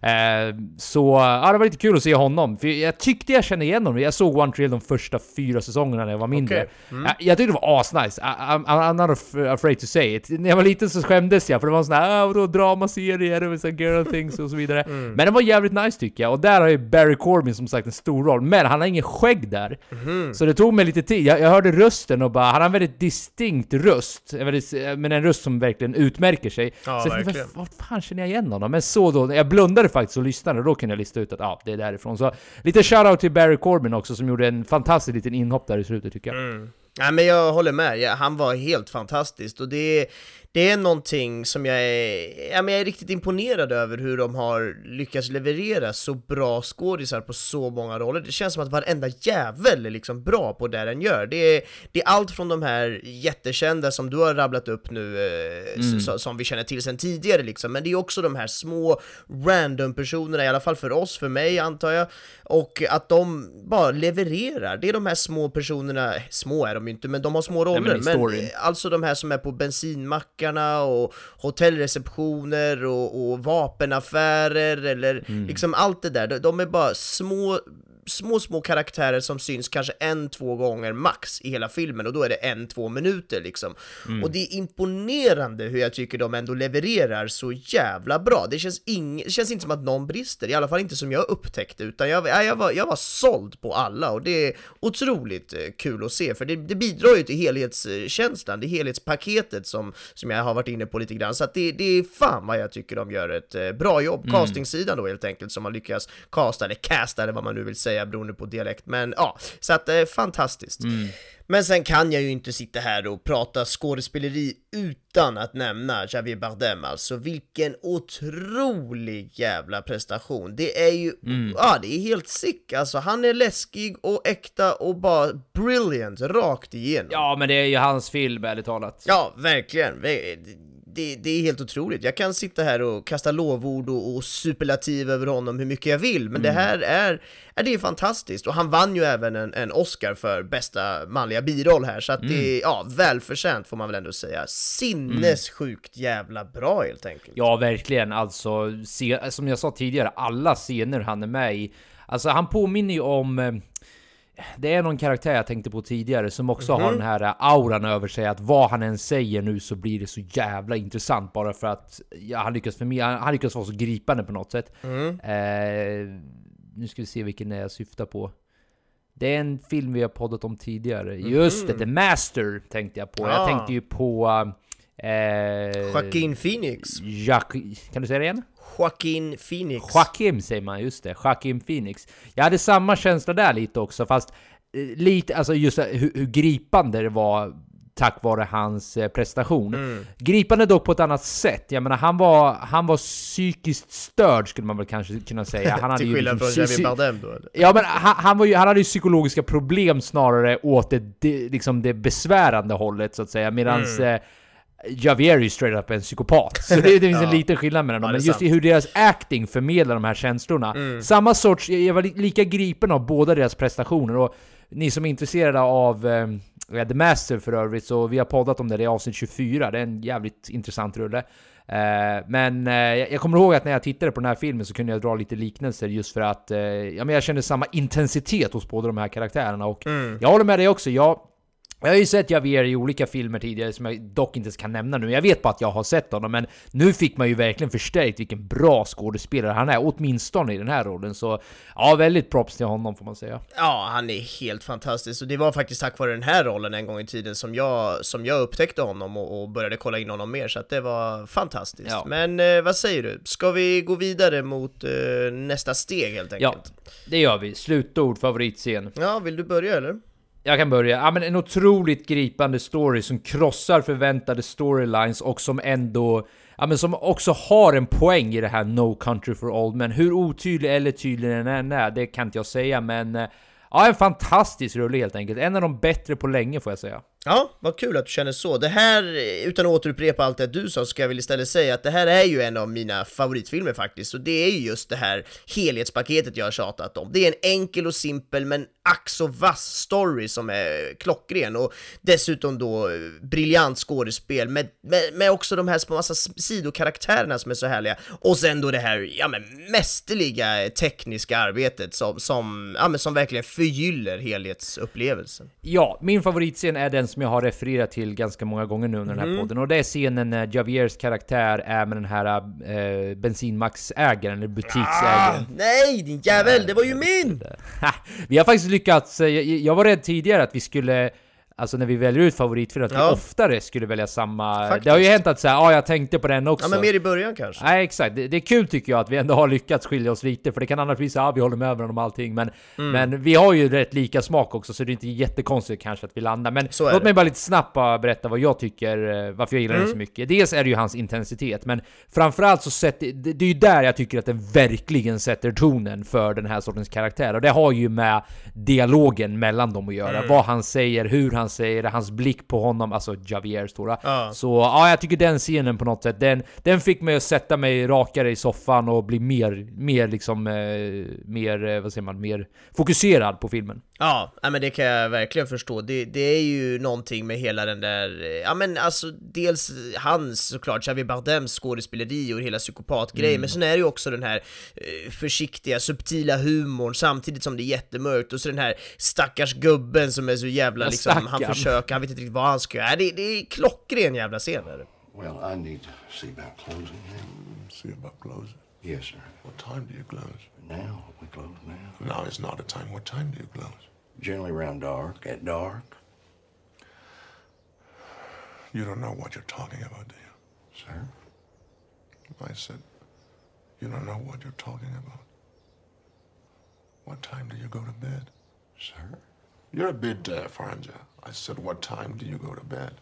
Så det var lite kul att se honom, för jag tyckte jag kände igen honom. Jag såg One Tree Hill de första 4 säsongerna när jag var mindre. Jag tyckte det var asnice. I'm not afraid to say it. När jag var liten så skämdes jag, för det var en sån här dramaserier och så girl things och så vidare. Men det var jävligt nice tycker jag. Och där har ju Barry Corbin som sagt en stor roll, men han har ingen skägg där. Så det tog mig lite tid. Jag hörde rösten och bara, han har en väldigt distinkt röst, men en röst som verkligen utmärker sig. Så jag tänkte, vad fan känner jag igen honom? Men så då, jag blundade faktiskt och lyssnade, och då kunde jag lista ut att det är därifrån. Så lite shoutout till Barry Corbin också, som gjorde en fantastisk liten inhopp där i slutet tycker jag. Nej, men jag håller med. Han var helt fantastiskt, och det är någonting som jag är riktigt imponerad över, hur de har lyckats leverera så bra skådisar på så många roller. Det känns som att varenda jävel är liksom bra på det den gör. Det är allt från de här jättekända som du har rabblat upp nu, som vi känner till sedan tidigare liksom, men det är också de här små random personerna, i alla fall för oss, för mig antar jag, och att de bara levererar. Det är de här små personerna, små är de ju inte, men de har små roller. Men alltså de här som är på bensinmackarna och hotellreceptioner och vapenaffärer, eller liksom allt det där. De är bara små karaktärer som syns kanske 1-2 gånger max i hela filmen, och då är det 1-2 minuter liksom. Och det är imponerande hur jag tycker de ändå levererar så jävla bra. Det känns inte som att någon brister, i alla fall inte som jag upptäckte, utan jag var såld på alla, och det är otroligt kul att se, för det bidrar ju till helhetskänslan, det helhetspaketet som jag har varit inne på lite grann, så att det är fan vad jag tycker de gör ett bra jobb, castingsidan då helt enkelt, som har lyckats casta eller vad man nu vill säga, beroende på dialekt, men så att det är fantastiskt. Men sen kan jag ju inte sitta här och prata skådespeleri utan att nämna Javier Bardem, alltså vilken otrolig jävla prestation. Det är ju, det är helt sick, alltså han är läskig och äkta och bara brilliant rakt igenom. Ja, men det är ju hans film, ärligt talat. Ja, verkligen. Det är helt otroligt. Jag kan sitta här och kasta lovord och superlativ över honom hur mycket jag vill, men det här det är fantastiskt, och han vann ju även en Oscar för bästa manliga biroll här, så att det är välförtjänt får man väl ändå säga. Sinnessjukt jävla bra helt enkelt. Ja, verkligen. Alltså, som jag sa tidigare, alla scener han är med i, alltså han påminner ju om... Det är någon karaktär jag tänkte på tidigare som också har den här auran över sig, att vad han än säger nu så blir det så jävla intressant, bara för att han lyckas vara så gripande på något sätt. Nu ska vi se vilken det är jag syftar på. Det är en film vi har poddat om tidigare. Just det, The Master tänkte jag på. Jag tänkte ju på Joaquin Phoenix. Kan du säga det igen? Joaquin Phoenix. Joaquin säger man, just det. Joaquin Phoenix. Jag hade samma känsla där lite också, fast lite, alltså just hur gripande det var tack vare hans prestation. Gripande dock på ett annat sätt. Jag menar, han var psykiskt störd, skulle man väl kanske kunna säga. Han hade till skillnad från Javier Bardem då, eller? Ja, men han hade ju psykologiska problem snarare åt det besvärande hållet, så att säga. Medans Javier är ju straight up en psykopat. Så det finns en liten skillnad mellan dem. Men just i hur deras acting förmedlar de här känslorna. Samma sorts, jag var lika gripen av båda deras prestationer. Och ni som är intresserade av The Master för övrigt, så vi har poddat om det i avsnitt 24. Det är en jävligt intressant rulle. Men jag kommer ihåg att när jag tittade på den här filmen så kunde jag dra lite liknelser, just för att jag kände samma intensitet hos båda de här karaktärerna. Och jag håller med dig också. Jag har ju sett Javier i olika filmer tidigare som jag dock inte kan nämna nu. Jag vet bara att jag har sett honom, men nu fick man ju verkligen förstärkt vilken bra skådespelare han är, åtminstone i den här rollen. Så ja, väldigt props till honom får man säga. Ja, han är helt fantastisk, och det var faktiskt tack vare den här rollen en gång i tiden som jag upptäckte honom och började kolla in honom mer, så att det var fantastiskt. Ja. Men vad säger du? Ska vi gå vidare mot nästa steg helt enkelt? Ja, det gör vi. Slutord, favoritscen. Ja, vill du börja eller? Jag kan börja. Ja, men en otroligt gripande story som krossar förväntade storylines och som ändå, ja, men som också har en poäng i det här No Country for Old Men. Hur otydlig eller tydlig den än är, det kan inte jag säga, men ja, en fantastisk rulle helt enkelt. En av de bättre på länge, får jag säga. Ja, vad kul att du känner så. Det här, utan att återupprepa allt det du sa, ska jag väl istället säga att det här är ju en av mina favoritfilmer faktiskt. Och det är ju just det här helhetspaketet jag har tjatat om. Det är en enkel och simpel men ack så vass story som är klockren. Och dessutom då briljant skådespel med också de här små massa sidokaraktärerna som är så härliga. Och sen då det här, ja men mästerliga tekniska arbetet som verkligen förgyller helhetsupplevelsen. Ja, min favoritscen är den som jag har refererat till ganska många gånger nu under den här podden. Och det är scenen när Javiers karaktär är med den här bensinmaxägaren eller butiksägaren. Nej, din jävel, det var ju min! Vi har faktiskt lyckats, jag var rädd tidigare att vi skulle, alltså när vi väljer ut favoritfilm, att vi oftare skulle välja samma. Faktiskt. Det har ju hänt att säga, jag tänkte på den också. Ja, men mer i början kanske. Nej, exakt. Det är kul tycker jag att vi ändå har lyckats skilja oss lite, för det kan annars bli så vi håller med varandra om allting, men vi har ju rätt lika smak också, så det är inte jättekonstigt kanske att vi landar. Men låt mig bara lite snabbt berätta vad jag tycker, varför jag gillar den så mycket. Dels är det ju hans intensitet, men framförallt så det är ju där jag tycker att den verkligen sätter tonen för den här sortens karaktär, och det har ju med dialogen mellan dem att göra. Vad han säger, hur han säger det, hans blick på honom, alltså Javier stora. Så ja, jag tycker den scenen på något sätt, den fick mig att sätta mig rakare i soffan och bli mer liksom vad säger man, mer fokuserad på filmen. Ja, men det kan jag verkligen förstå. Det är ju någonting med hela den där, ja men alltså dels hans såklart, Javier Bardems skådespeleri och hela psykopatgrejen, men sen är det ju också den här försiktiga, subtila humorn samtidigt som det är jättemörkt, och så den här stackars gubben som är så jävla liksom, han vet inte riktigt vad han ska göra. Det är klockren jävla scener. Well, I need to see about closing now. See about closing? Yes, sir. What time do you close? Now, we close now. Now is not a time. What time do you close? Generally around dark, at dark. You don't know what you're talking about, do you? Sir? I said, you don't know what you're talking about. What time do you go to bed? Sir? You're a bit deaf, aren't you? I said, what time do you go to bed?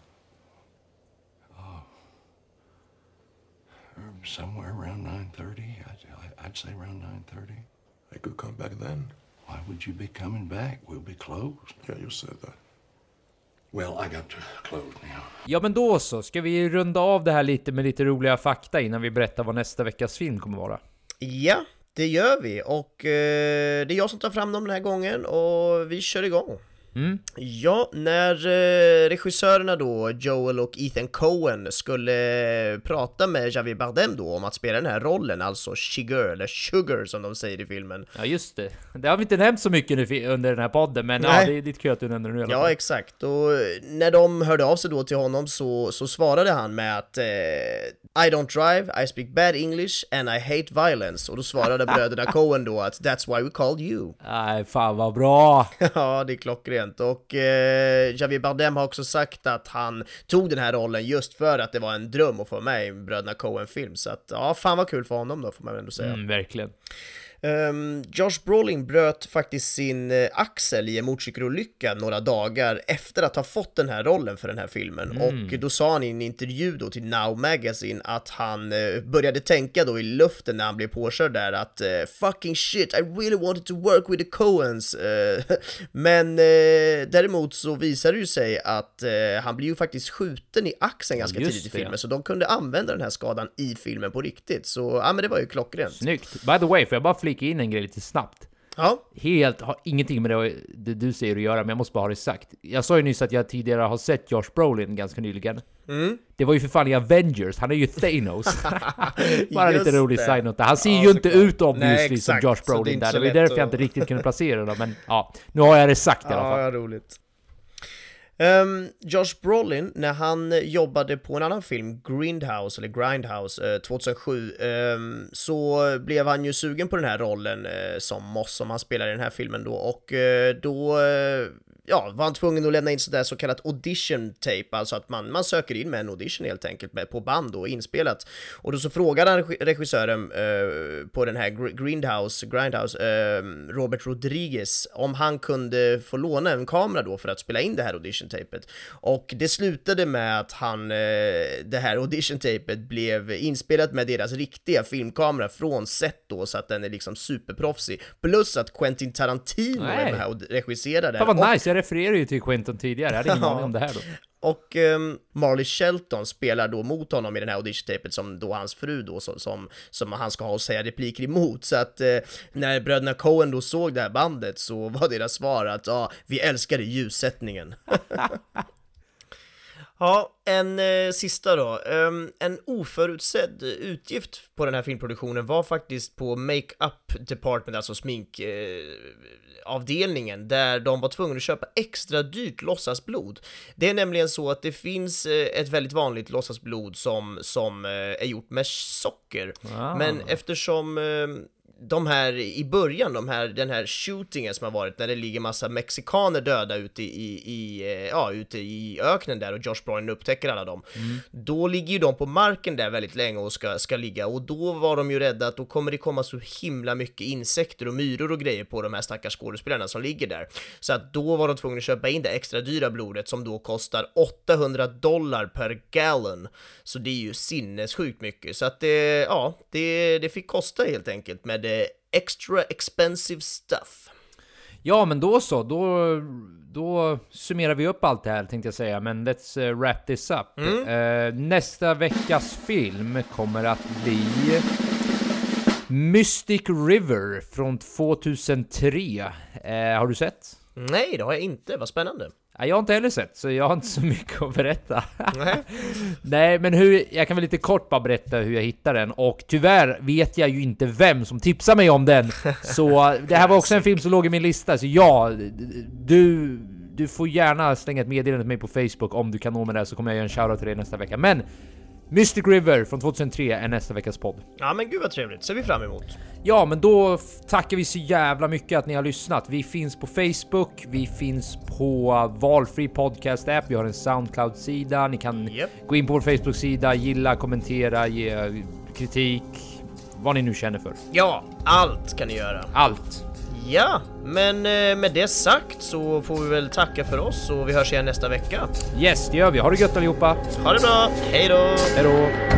Somewhere around 9:30. I'd say around 9:30. I could come back then. Why would you be coming back? We'll be closed. Yeah, you said that. Well, I got to close now. Ja, men då så. Ska vi runda av det här lite med lite roliga fakta innan vi berättar vad nästa veckas film kommer vara? Ja, det gör vi. Och det är jag som tar fram dem den här gången, och vi kör igång. Ja, när regissörerna då, Joel och Ethan Coen, skulle prata med Javier Bardem då om att spela den här rollen, alltså Sugar som de säger i filmen. Ja, just det. Det har vi inte nämnt så mycket under den här podden, men ja, det är lite kul att du nämner det nu i alla fall. Ja, exakt. Och när de hörde av sig då till honom så svarade han med att I don't drive, I speak bad English and I hate violence. Och då svarade bröderna Coen då att that's why we called you. Nej, fan vad bra. Ja, det är klockrent. klockrent. Och Javier Bardem har också sagt att han tog den här rollen just för att det var en dröm att få med i Bröderna Coen-film. Så att, ja, fan vad kul för honom då, får man ändå säga. Verkligen. Josh Brolin bröt faktiskt sin axel i en motorcykelolycka några dagar efter att ha fått den här rollen för den här filmen. Och då sa han i en intervju då till Now Magazine att han började tänka då i luften när han blev påkörd där att fucking shit, I really wanted to work with the Coens. Men däremot så visade det ju sig att han blev ju faktiskt skjuten i axeln ganska tidigt i filmen, så de kunde använda den här skadan i filmen på riktigt. Så ja, men det var ju klockrent. Snyggt. By the way, får jag bara flika in en grej lite snabbt? Ja. Helt, har ingenting med det du säger att göra, men jag måste bara ha det sagt. Jag sa ju nyss att jag tidigare har sett Josh Brolin ganska nyligen. Det var ju för fan i Avengers, han är ju Thanos. Bara lite rolig side-note. Han ser ju inte ut obviously som Josh Brolin där. Det var därför jag inte riktigt kunde placera det. Men ja, nu har jag det sagt i alla fall. Ja, roligt. Josh Brolin, när han jobbade på en annan film, Grindhouse 2007, så blev han ju sugen på den här rollen som Moss, som han spelar i den här filmen då, och då var han tvungen att lämna in sådär så kallat audition tape, alltså att man söker in med en audition helt enkelt på band och inspelat. Och då så frågade han regissören på den här Grindhouse, Robert Rodriguez, om han kunde få låna en kamera då för att spela in det här audition-tapet. Och det slutade med att det här audition-tapet blev inspelat med deras riktiga filmkamera från set då, så att den är liksom superproffsig. Plus att Quentin Tarantino är med här och regisserar den. Det var nice, jag refererar ju till Quentin tidigare, jag hade ingen aning om det här då. Och Marley Shelton spelar då mot honom i den här audition-tapet som då hans fru då, som han ska ha och säga repliker emot. Så att när bröderna Coen då såg det här bandet så var deras svar att vi älskade ljussättningen. Ja, en sista då. En oförutsedd utgift på den här filmproduktionen var faktiskt på make-up department, alltså sminkavdelningen, där de var tvungna att köpa extra dyrt låtsasblod. Det är nämligen så att det finns ett väldigt vanligt låtsasblod som är gjort med socker. Men eftersom de här i början, den här shootingen som har varit när det ligger massa mexikaner döda ute i öknen där och Josh Brolin upptäcker alla dem. Då ligger ju de på marken där väldigt länge och ska ligga, och då var de ju rädda att då kommer det komma så himla mycket insekter och myror och grejer på de här stackars skådespelarna som ligger där. Så att då var de tvungna att köpa in det extra dyra blodet som då kostar $800 per gallon. Så det är ju sinnessjukt mycket. Så att det fick kosta helt enkelt med extra expensive stuff. Ja, men då så. Då summerar vi upp allt det här, tänkte jag säga. Men let's wrap this up. Nästa veckas film kommer att bli Mystic River från 2003. Har du sett? Nej, det har jag inte. Vad spännande. Jag har inte heller sett, så jag har inte så mycket att berätta. Nej, men jag kan väl lite kort bara berätta hur jag hittade den. Och tyvärr vet jag ju inte vem som tipsar mig om den. Så det här var också en film som låg i min lista. Så ja, du får gärna slänga ett meddelande till mig på Facebook om du kan nå mig där, så kommer jag göra en shoutout till dig nästa vecka. Men Mystic River från 2003 är nästa veckas podd. Ja, men gud vad trevligt, ser vi fram emot. Ja, men då tackar vi så jävla mycket att ni har lyssnat. Vi finns på Facebook, vi finns på valfri podcast-app, vi har en Soundcloud-sida. Ni kan gå in på vår Facebook-sida, gilla, kommentera, ge kritik, vad ni nu känner för. Ja, allt kan ni göra. Allt. Ja, men med det sagt så får vi väl tacka för oss och vi hörs igen nästa vecka. Yes, det gör vi. Ha det gött allihopa. Ha det bra. Hej då. Hej då.